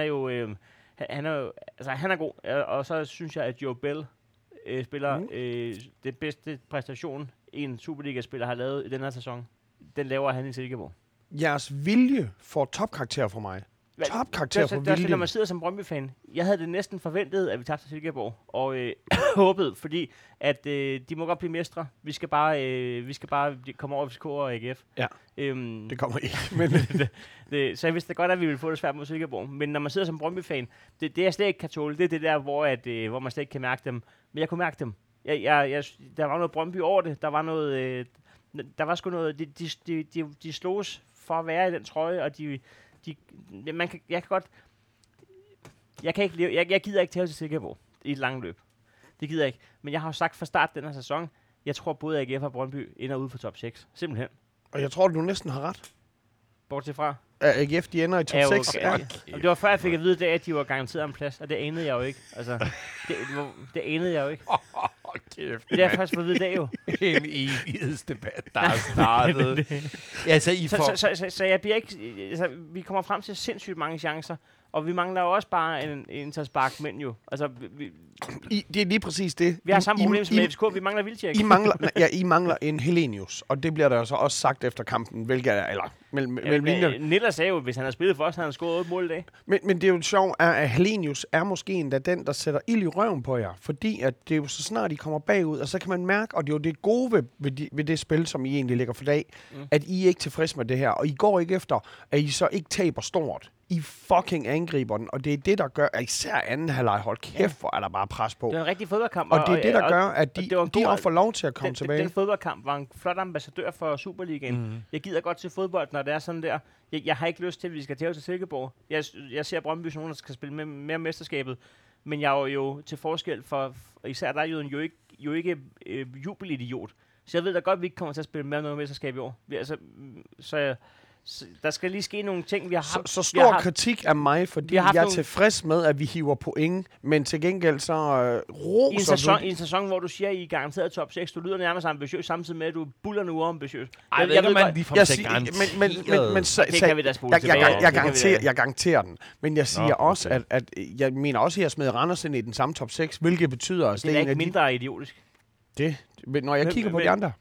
er god, og så synes jeg, at Joe Bell spiller det bedste præstation, en Superliga-spiller har lavet i den her sæson. Den laver han i Silkeborg. Jeres vilje får topkarakter for mig. Topkarakter for vilje. Når man sidder som Brøndby-fan, jeg havde det næsten forventet, at vi tabte til Silkeborg, og håbet, fordi at de må godt blive mestre. Vi skal bare komme over FCK og AGF. Ja, det kommer ikke. Men så jeg vidste godt, at vi ville få det svært mod Silkeborg. Men når man sidder som Brøndby-fan, det jeg slet ikke kan tåle, det er det der, hvor man slet ikke kan mærke dem. Men jeg kunne mærke dem. Der var noget Brøndby over det. Der var noget... der var sgu noget... De sloges for at være i den trøje, og jeg gider ikke tage til Silkeborg i et langt løb. Det gider jeg ikke. Men jeg har jo sagt fra start den her sæson, jeg tror både AGF og Brøndby ender ude for top 6. Simpelthen. Og jeg tror, du næsten har ret. Bortset fra? AGF, de ender i top 6. Okay. Det var før, jeg fik at vide, at de var garanteret en plads, og det anede jeg jo ikke. Altså, det anede jeg jo ikke. Kæft, det er faktisk fået at vide i dag jo. En evighedsdebat, der er startet. Så jeg bliver ikke... Altså, vi kommer frem til sindssygt mange chancer, og vi mangler jo også bare en til spark mænd jo. Altså, det er lige præcis det. Vi har samme problem som FCK, vi mangler vildtjek. I mangler en Helenius, og det bliver der så også sagt efter kampen, hvilket er... Eller, Niller sagde jo, hvis han havde spillet for os, havde han scoret 8 mål i dag. Men det er jo sjovt, at Helenius er måske endda den, der sætter ild i røven på jer. Fordi at det er jo så snart, I kommer bagud, og så kan man mærke, og det er jo det gode ved det spil, som I egentlig lægger for dag, at I er ikke tilfreds med det her. Og I går ikke efter, at I så ikke taber stort. I fucking angriber den, og det er det, der gør, at især anden halvleg, hold kæft, hvor er der bare pres på. Det er en rigtig fodboldkamp. Og det er det, der gør, at de også får lov til at komme tilbage. Den fodboldkamp var en flot ambassadør for Superligaen. Jeg gider godt til fodbold, når det er sådan der. Jeg har ikke lyst til, at vi skal tage til Silkeborg. Jeg ser Brøndby som nogen, der skal spille mere mesterskabet. Men jeg er jo til forskel for især der er jo ikke jubelidiot. Så jeg ved da godt, at vi ikke kommer til at spille mere noget mesterskab i år. der skal lige ske nogle ting. Vi har haft, så stor kritik af mig, fordi jeg er tilfreds med, at vi hiver point, men til gengæld så roser i en sæson, hvor du siger, I er garanteret top 6, du lyder nærmest ambitiøs, samtidig med, at du buller nu ambitiøs. Jeg ved ikke, man ligefrem siger garanteret. Det kan vi da spole tilbage. Jeg garanterer den. Men jeg siger også, at jeg mener også, at jeg smider Randers ind i den samme top 6, hvilket betyder... Det er ikke mindre idiotisk. Når jeg kigger på de andre...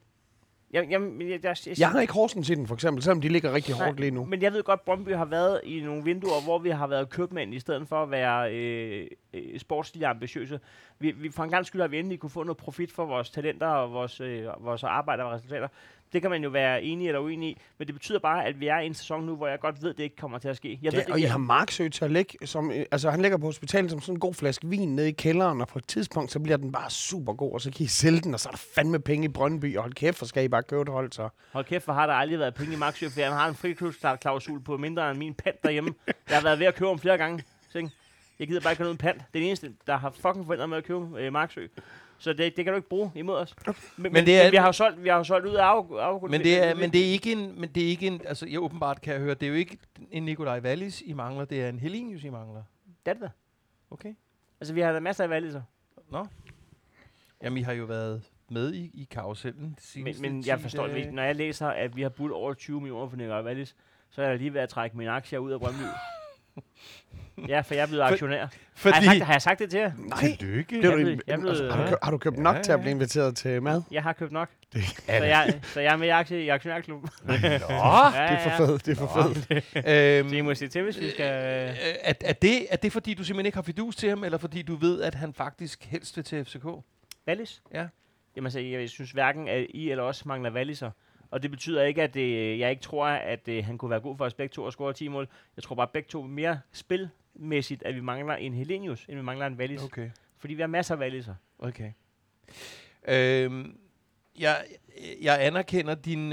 Jeg har ikke Horsens i den, for eksempel, selvom de ligger rigtig hårdt lige nu. Men jeg ved godt, at Brøndby har været i nogle vinduer, hvor vi har været købmænd, i stedet for at være sportsligt ambitiøse. Vi for en gang skyld har vi endelig kunne få noget profit for vores talenter og vores arbejde og resultater. Det kan man jo være enig eller uenig i, men det betyder bare, at vi er i en sæson nu, hvor jeg godt ved, at det ikke kommer til at ske. Jeg har Marksø til at ligge, han ligger på hospitalet som sådan en god flaske vin nede i kælderen, og på et tidspunkt, så bliver den bare super god, og så kan I sælge den, og så er der fandme penge i Brøndby, og hold kæft, for skal I bare købe et hold, så. Hold kæft, for har der aldrig været penge i Marksø, for han har en friklubsklausul på mindre end min pant derhjemme. Jeg har været ved at købe om flere gange. Jeg gider bare ikke have noget pant. Det er den eneste, der har fucking forventet med at købe Marksø. Så det kan du ikke bruge imod os. Men vi har jo solgt ud af afgården. Men det er ikke en, altså jeg åbenbart kan jeg høre, det er jo ikke en Nikolaj Wallis, I mangler, det er en Helenius, I mangler. Det er det da. Okay. Altså vi har da masser af Walliser. Nå. Jamen I har jo været med i karusellen. Men jeg forstår det, når jeg læser, at vi har budt over 20 millioner for Nikolaj Wallis, så er jeg lige ved at trække mine aktier ud af Brøndby. Ja, for jeg er blevet aktionær. Har jeg sagt det til jer? Nej. Har du købt nok til at blive inviteret til mad? Jeg har købt nok. Så jeg er med i aktionærklubben. Nå, det er for fedt. Så I må se til, hvis vi skal... Er det fordi, du simpelthen ikke har fidus til ham, eller fordi du ved, at han faktisk helst vil til FCK? Wallis? Ja. Jamen altså, jeg synes hverken, at I eller os mangler Walliser. Og det betyder ikke, at jeg ikke tror, at han kunne være god for os begge to og score 10 mål. Jeg tror bare, at begge to mere spilmæssigt, at vi mangler en Helenius, end vi mangler en Wallis. Okay. Fordi vi har masser af Walliser. Okay. Jeg anerkender din,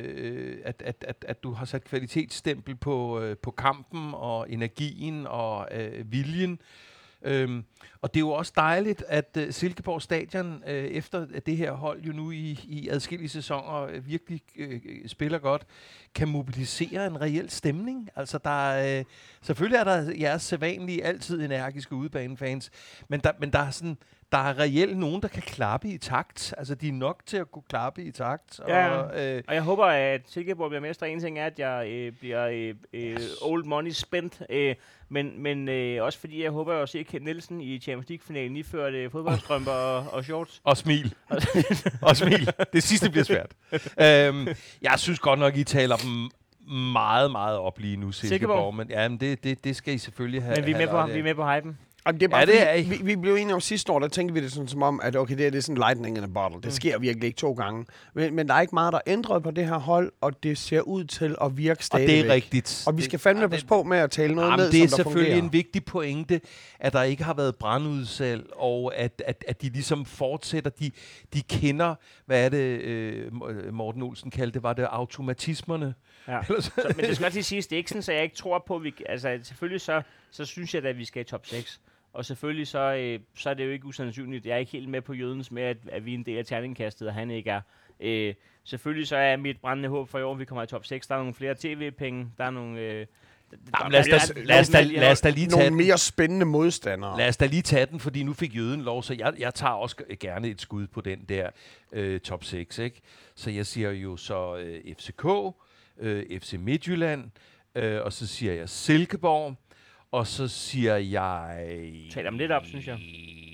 at du har sat kvalitetsstempel på kampen og energien og viljen. Og det er jo også dejligt, at Silkeborg Stadion efter at det her hold jo nu i adskillige sæsoner virkelig spiller godt, kan mobilisere en reel stemning. Altså selvfølgelig er der jeres sædvanlige altid energiske udebanefans, men der er sådan der er reelt nogen, der kan klappe i takt. Altså, de er nok til at kunne klappe i takt. Ja, og jeg håber, at Silkeborg bliver mestre. En ting er, at jeg bliver old money spent, men også fordi jeg håber at se Kent Nielsen i Champions League-finalen iført fodboldstrømper og shorts. Og smil. Og smil. Det sidste bliver svært. Jeg synes godt nok, I taler dem meget, meget op lige nu, Silkeborg. Men ja, det skal I selvfølgelig have. Men vi er med på hypen. Det er bare det er vi blev enige om sidste år, der tænkte vi det sådan som om, at okay, det er sådan lightning in a bottle. Det sker virkelig ikke 2 gange. Men der er ikke meget, der er ændret på det her hold, og det ser ud til at virke stadigvæk. Og det er rigtigt. Og vi skal fandme passe på med at tale noget ned, det er som der selvfølgelig fungerer. En vigtig pointe, at der ikke har været brandudsalg, og at de ligesom fortsætter. De kender, hvad er det, Morten Olsen kaldte det, var det automatismerne? Ja. Men det skal godt lige siges, det er ikke sådan, at jeg ikke tror på, altså selvfølgelig så synes jeg, at vi skal i top 6. Og selvfølgelig så er det jo ikke usandsynligt. Jeg er ikke helt med på jødens med, at vi er en del af terningkastet, og han ikke er. Selvfølgelig så er mit brændende håb for i år, at vi kommer i top 6. Der er nogle flere tv-penge. Der er nogle... Lad os da lige tage nogle mere spændende modstandere. Lad os da lige tage den, fordi nu fik jøden lov, så jeg tager også gerne et skud på den der top 6. Ikke? Så jeg siger jo så FCK, FC Midtjylland, og så siger jeg Silkeborg, og så siger jeg... Tal dem lidt op, synes jeg.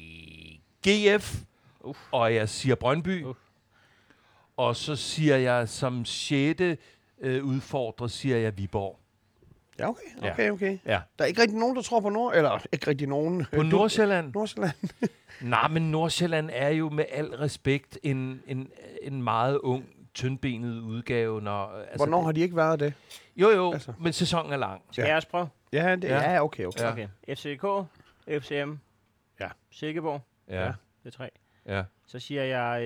GF, og jeg siger Brøndby, og så siger jeg som 6. udfordrer, siger jeg Viborg. Ja, okay. Ja. Der er ikke rigtig nogen, der tror på eller ikke rigtig nogen... På Nordsjælland? Nordsjælland. Nej, men Nordsjælland er jo med al respekt en meget ung, tyndbenet udgave. Hvornår har de ikke været det? Jo, altså. Men sæsonen er lang. Skal jeg også prøve? Ja, okay. Okay. FCK, FCM, Silkeborg. Ja. Det er 3. Ja. Så siger jeg...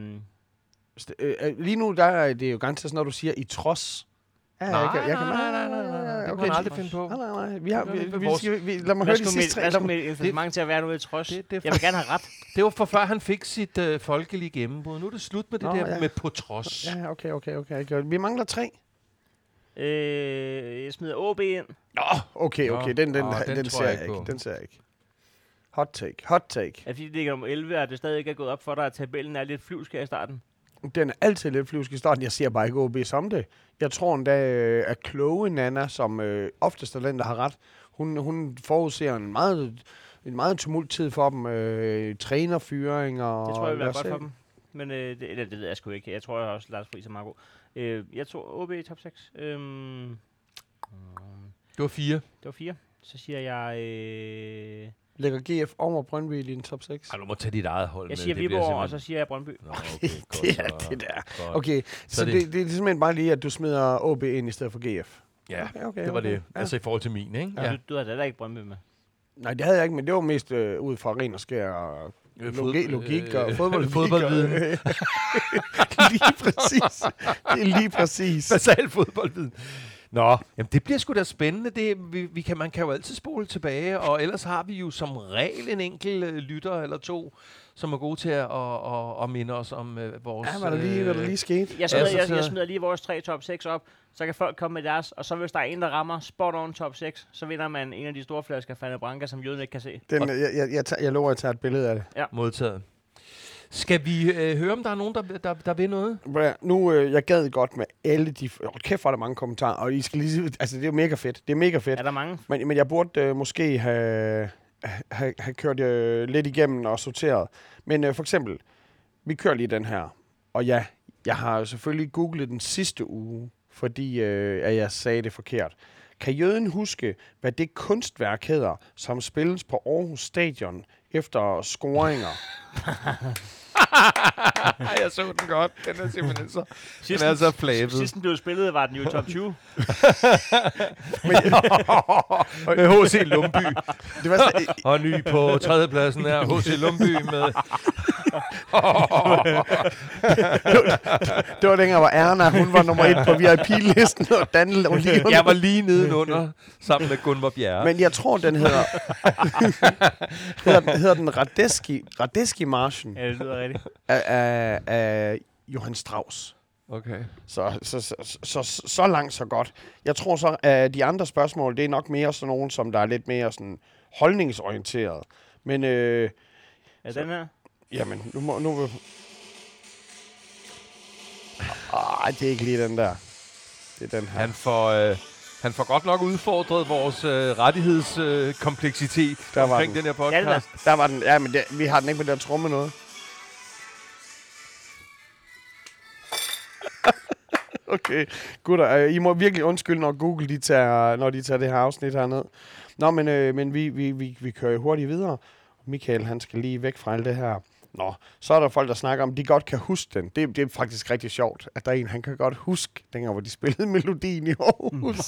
lige nu, der er det jo ganske sådan, når du siger i trods. Nej. Det kan man aldrig finde på. Nej. Lad mig høre de sidste 3. Hvad skal med incitament til at være nu i trods? Jeg vil gerne have ret. Det var for før han fik sit folkelige gennembrud. Nu er det slut med det med på trods. Ja, okay. Vi mangler 3. Jeg smider OB ind. Nå, okay. Den ser jeg ikke. Den ser jeg ikke. Hot take. Er fordi det ligger om 11, og det stadig ikke er gået op for dig, at tabellen er lidt flyvsk her i starten? Den er altid lidt flyvsk i starten. Jeg siger bare ikke OB som det. Jeg tror endda, at kloge Nana, som oftest er den, der har ret, hun forudser en meget tumulttid for dem. Trænerfyringer. Det tror jeg vil være godt for dem. Men det ved jeg sgu ikke. Jeg tror også, Lars Friis er meget god. Jeg tror OB i top 6. Det var 4. Det var 4. Så siger jeg... Lægger GF over Brøndby i din top 6? Ej, du må tage dit eget hold med. Jeg siger Viborg, og så siger jeg Brøndby. Nå, okay, det der. Okay, så det er simpelthen bare lige, at du smider OB ind i stedet for GF? Ja, okay, det var det. Ja. Altså i forhold til min, ikke? Ja. Du havde da ikke Brøndby med? Nej, det havde jeg ikke, men det var mest ud fra ren og skær og logik og fodboldviden. Lige præcis. Det er lige præcis. Basal fodboldviden. Nå, jamen det bliver sgu da spændende. Man kan jo altid spole tilbage, og ellers har vi jo som regel en enkelt lytter eller to, som er gode til at minde os om vores... Ja, hvad der lige skete. Jeg smider lige vores 3 top 6 op, så kan folk komme med deres, og så hvis der er en, der rammer spot on top 6, så vinder man en af de store flasker Fanta Branca, som jøden ikke kan se. Jeg lover at tage et billede af det. Ja. Modtaget. Skal vi høre, om der er nogen, der vil noget? Nu, jeg gad godt med alle de... Kæft, var der mange kommentarer, og I skal lige... Altså, det er mega fedt. Det er mega fedt. Er der mange? Men jeg burde måske have kørt lidt igennem og sorteret. Men for eksempel, vi kører lige den her. Og ja, jeg har selvfølgelig googlet den sidste uge, fordi at jeg sagde det forkert. Kan jøden huske, hvad det kunstværk hedder, som spilles på Aarhus Stadion efter scoringer? Jeg så den godt. Den er simpelthen så... Den er så flabet. Sidst den blev spillet, var den jo top 20. Med H.C. Lumby. Det var og ny på 3. pladsen er H.C. Lumby med... Det var dengang, hvor Erna, hun var nummer 1 på VIP-listen, og Daniel lå lige under. Jeg var lige nedenunder, sammen med Gunvar Bjerre. Men jeg tror, den hedder... hedder den Radeski-marchen. Ja, det lyder rigtigt. Af Johann Strauss. Okay. Så langt, så godt. Jeg tror så, at de andre spørgsmål, det er nok mere sådan nogen, som der er lidt mere sådan holdningsorienteret. Men... den her? Jamen, nu det er ikke lige den der. Det er den her. Han får godt nok udfordret vores rettighedskompleksitet omkring den her podcast. Der var den. Ja, men vi har den ikke med der tromme noget. Okay, gutter, I må virkelig undskylde, når Google når de tager det her afsnit herned. Nå, men vi kører hurtigt videre. Michael, han skal lige væk fra alt det her. Nå, så er der folk, der snakker om, de godt kan huske den. Det er faktisk rigtig sjovt, at der er en, han kan godt huske, dengang hvor de spillede melodien i Aarhus.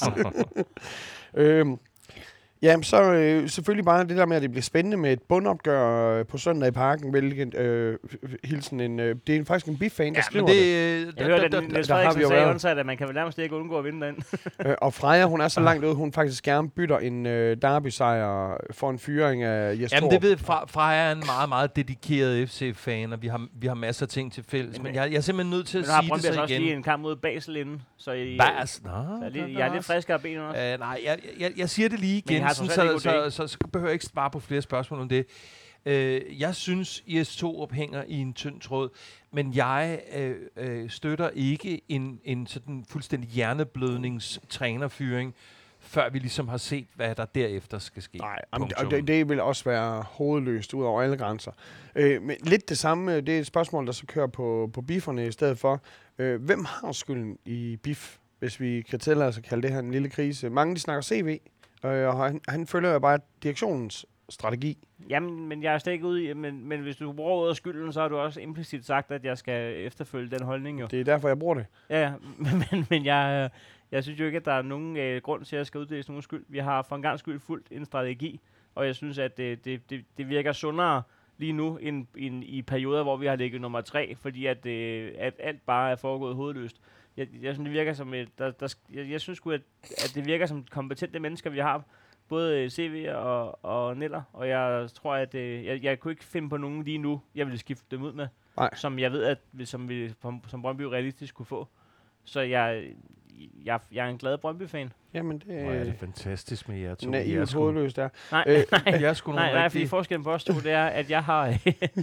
Jamen, så selvfølgelig bare det der med, at det bliver spændende med et bundopgør på søndag i Parken, hvilket hilsen det er faktisk en BIF-fan, der skriver det. Jeg hørte, at Niels Frederiksen sagde onsat, at man kan vel nærmest ikke undgå at vinde den. Og Freja, hun er så langt ud, hun faktisk gerne bytter en derby-sejr for en fyring af Jes Torup. Jamen, det ved Freja er en meget, meget dedikeret FC-fan, og vi har masser af ting til fælles. Men jeg er simpelthen nødt til at sige det så igen. Men har også lige en kamp mod Basel inden, så jeg er lidt friskere ben også. Nej, jeg siger det lige igen. Så behøver jeg ikke svare på flere spørgsmål om det. Jeg synes, Jes Torup hænger i en tynd tråd, men jeg støtter ikke en sådan fuldstændig hjerneblødningstrænerfyring, før vi ligesom har set, hvad der derefter skal ske. Nej, det vil også være hovedløst ud over alle grænser. Men lidt det samme, det er et spørgsmål, der så kører på bifferne i stedet for. Hvem har skylden i BIF, hvis vi kan tillade os at kalde det her en lille krise? Mange de snakker CV. Og han følger jo bare direktionens strategi. Jamen, men jeg er slet ikke ude i, men hvis du bruger ordet skylden, så har du også implicit sagt, at jeg skal efterfølge den holdning jo. Det er derfor, jeg bruger det. Ja, men jeg synes jo ikke, at der er nogen grund til, at jeg skal uddele nogen skyld. Vi har for en gang skyld fuldt en strategi, og jeg synes, at det virker sundere lige nu end i perioder, hvor vi har ligget nummer 3, fordi at alt bare er foregået hovedløst. Jeg synes, det virker som jeg synes sgu, at det virker som kompetente mennesker, vi har. Både CV og Neller. Og jeg tror, at jeg kunne ikke finde på nogen lige nu, jeg ville skifte dem ud med. Nej. Som jeg ved, at som Brøndby realistisk kunne få. Så jeg er en glad Brøndby-fan. Jamen, det er det fantastisk med jer to. Naivt hovedløst der. Nej, fordi forskellen på os to, det er, at jeg har...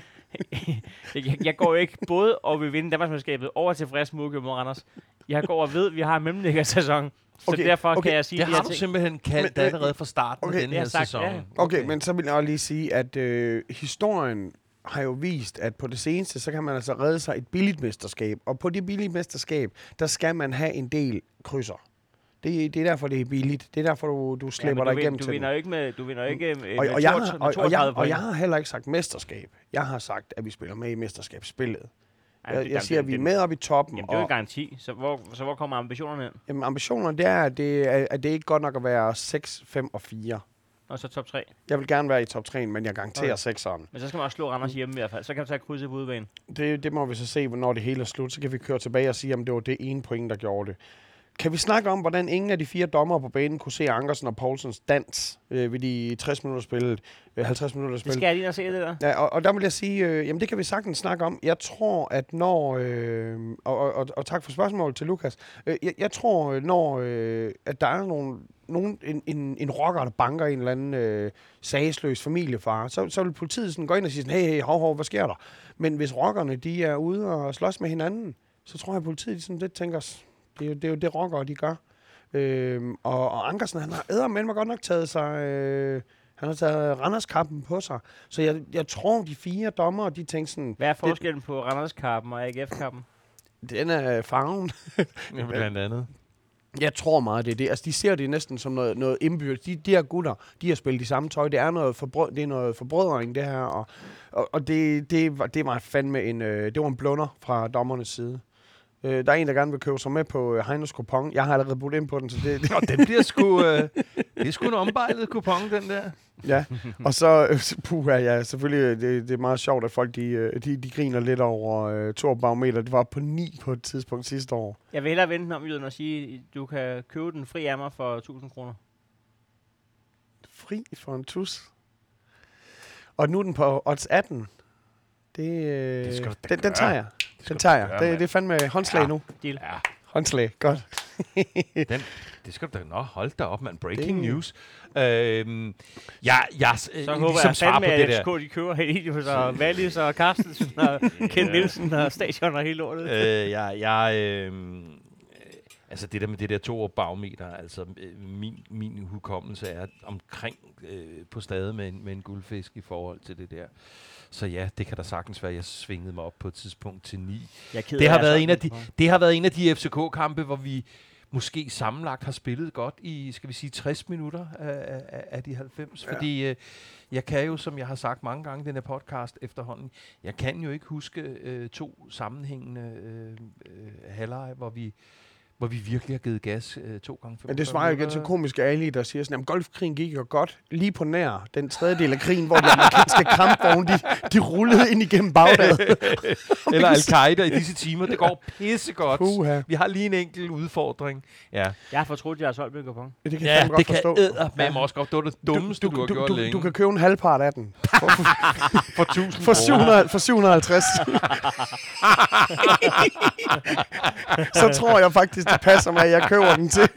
jeg går ikke både og vil vinde Danmarksmesterskabet over tilfreds med mod Randers. Jeg går og ved, at vi har en mellemliggersæson. Så derfor kan jeg sige... Det har du simpelthen kaldt allerede fra starten af den her sæson. Ja. Okay, men så vil jeg også lige sige, at historien har jo vist, at på det seneste, så kan man altså redde sig et billigt mesterskab. Og på det billige mesterskab, der skal man have en del krydser. Det er derfor, det er billigt. Det er derfor, du slipper dig igennem til det. Du vinder ikke med og jeg har heller ikke sagt mesterskab. Jeg har sagt, at vi spiller med i mesterskabsspillet. Jeg siger, at vi er med op i toppen. Jamen, det er jo en garanti. Så hvor kommer ambitionerne ind? Jamen, ambitionerne, det er, at det ikke godt nok at være 6, 5 og 4. Og så top 3? Jeg vil gerne være i top 3, men jeg garanterer 6'eren. Men så skal man også slå Randers hjemme i hvert fald. Så kan vi tage krydset på udebane. Det må vi så se, når det hele er slut. Så kan vi køre tilbage og sige, om det var det ene point, der gjorde det. Kan vi snakke om, hvordan ingen af de 4 dommere på banen kunne se Ankersen og Poulsens dans ved de 60 minutter spillet, 50 minutter spillet? Det skal jeg lige se det der. Ja, og der vil jeg sige, jamen det kan vi sagtens snakke om. Jeg tror, at når... og tak for spørgsmålet til Lukas. Jeg tror, når at der er en rocker, der banker en eller anden sagsløs familiefar, så vil politiet sådan gå ind og sige sådan, hey, hov, hvad sker der? Men hvis rockerne, de er ude og slås med hinanden, så tror jeg, at politiet sådan lidt tænker... Det er jo det, rockere, de gør. Og Ankersen, han har eddermame godt nok taget sig... han har taget Randers-kappen på sig. Så jeg tror, de 4 dommere, de tænker sådan... Hvad er forskellen på Randers-kappen og AGF-kappen? Den er farven. Ja, blandt andet. Jeg tror meget, det er det. Altså, de ser det næsten som noget indbyrdes. De her gutter, de har spillet de samme tøj. Det er noget forbrødring, det her. Og det var fandme det var en blunder fra dommernes side. Der er en, der gerne vil købe sig med på Heinos kupon. Jeg har allerede budt ind på den, så det... Og den bliver sgu... det er sgu en ombejlet kupon, den der. Ja, og så... selvfølgelig, det er meget sjovt, at folk de griner lidt over Thor-barometer. Det var på 9 på et tidspunkt sidste år. Jeg vil hellere vente den om, Jyden, og sige, at du kan købe den fri af mig for 1.000 kroner. Fri for en tus? Og nu er den på odds 18. Den tager jeg. Den tager jeg. Det er fandme håndslag nu. Deal. Ja. Håndslag, godt. Det skal du da... Nå, hold da op, man. Breaking news. Så håber jeg fandme, at FCK, de køber Helios og Wallis og Carstensen og Ken Nielsen og Station og hele lortet. Altså det der med det der 2-barometer, altså min hukommelse er omkring på stade med en guldfisk i forhold til det der. Så ja, det kan da sagtens være, jeg svingede mig op på et tidspunkt til 9. Det har været en af de FCK-kampe, hvor vi måske sammenlagt har spillet godt i, skal vi sige, 60 minutter af de 90. Ja. Fordi jeg kan jo, som jeg har sagt mange gange i den her podcast efterhånden, jeg kan jo ikke huske 2 sammenhængende halvleje, hvor vi virkelig har givet gas 2 gange 5. Men det svarer jo igen til komiske Ali, der siger sådan, at golfkrigen gik jo godt lige på nær den tredjedel af krigen, hvor de amerikanske kampvogne, de rullede ind igennem Bagdad. Eller Al-Qaida i disse timer. Det går pissegodt. Vi har lige en enkelt udfordring. Ja. Jeg har fortrudt, at jeg har solgt min kupon. Det kan jeg godt forstå. Det kan også godt. Det var det dummeste, du har gjort længe. Du kan købe en halvpart af den. For 1.000 for 750. Så tror jeg faktisk, det passer mig, at jeg køber den til.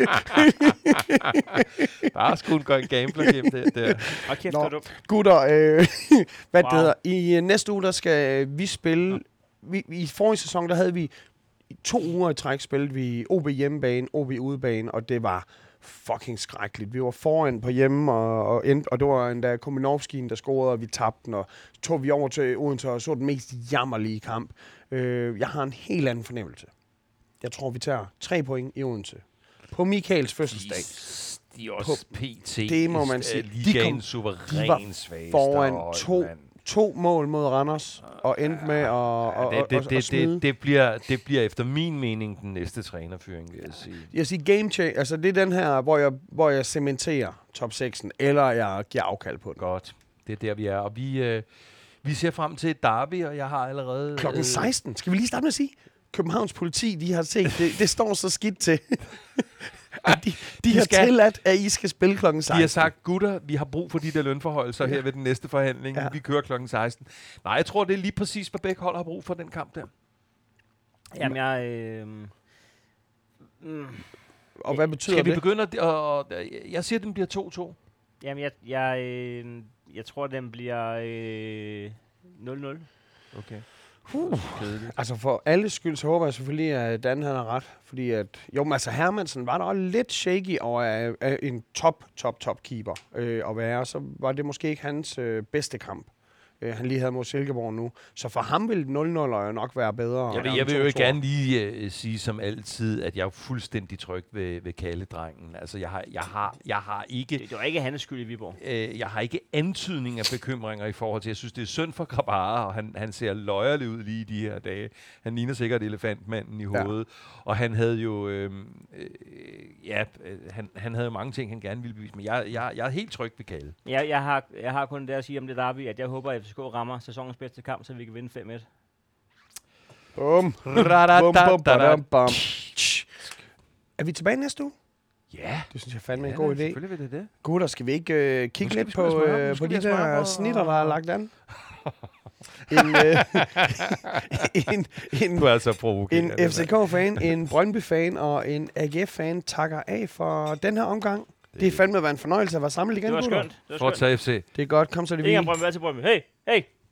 Bare sgu en gambler gennem det der. Og kæft, er dumt. Gutter, hvad det hedder. I næste uge, der skal vi spille... I forrige sæson, der havde vi 2 uger i træk, spillede vi OB hjemmebane, OB udebane, og det var fucking skrækkeligt. Vi var foran på hjemme, og det var endda Kominovskien, der scorede, og vi tabte den, og så tog vi over til Odense og så den mest jammerlige kamp. Jeg har en helt anden fornemmelse. Jeg tror, vi tager 3 point i Odense. På Michaels fødselsdag. De er også PT. Det må man sige. Ligaen suveræn svageste. Foran 2 mål mod Randers, og endte med at smide. Det bliver efter min mening den næste trænerføring, vil jeg sige. Jeg siger game change. Altså, det er den her, hvor jeg cementerer top 6'en, eller jeg giver afkald på den. Godt. Det er der, vi er. Og vi ser frem til et derby, og jeg har allerede... Klokken 16. Skal vi lige starte med at sige? Københavns politi, de har set, det står så skidt til. De har tilladt, at I skal spille klokken 16. De har sagt, gutter, vi har brug for de der lønforholdelser her ved den næste forhandling. Ja. Vi kører klokken 16. Nej, jeg tror, det er lige præcis, hvad begge hold har brug for den kamp der. Jamen, Og hvad betyder Skal vi det? begynde at... jeg siger, at den bliver 2-2. Jamen, jeg tror, den bliver 0-0. Okay. Altså for alle skyld, så håber jeg selvfølgelig, at Dan han har ret. Fordi at, jo, men altså Hermansen var der også lidt shaky over en top keeper at være. Så var det måske ikke hans bedste kamp. Han lige havde mod Silkeborg nu. Så for ham ville 0-0 nok være bedre. Jeg vil jo gerne lige sige som altid, at jeg er fuldstændig tryg ved Kalle-drengen. Altså, jeg har ikke... Det var ikke hans skyld i Viborg. Jeg har ikke antydning af bekymringer i forhold til... Jeg synes, det er synd for Grabara, og han ser løjerlig ud lige i de her dage. Han ligner sikkert elefantmanden i hovedet. Ja. Og han havde jo... han havde jo mange ting, han gerne ville bevise. Men jeg er helt tryg ved Kalle. Jeg har kun det at sige om det derby, at jeg håber, at FCK rammer sæsonens bedste kamp, så vi kan vinde 5-1. Bum. Er vi tilbage næste uge? Ja. Det synes jeg fandme er en god idé. Selvfølgelig vil det. Gutter, skal vi ikke kigge lidt på de der snitter, der er lagt an? Du er altså provokerende. En FCK-fan, en Brøndby-fan og en AGF-fan takker af for den her omgang. Det er fandme været en fornøjelse at være samlet igen, Det var gutter. skønt. Fortsat FC. Det er godt. Kom så det vi. Ingen Brøndby, til Brøndby. Hey!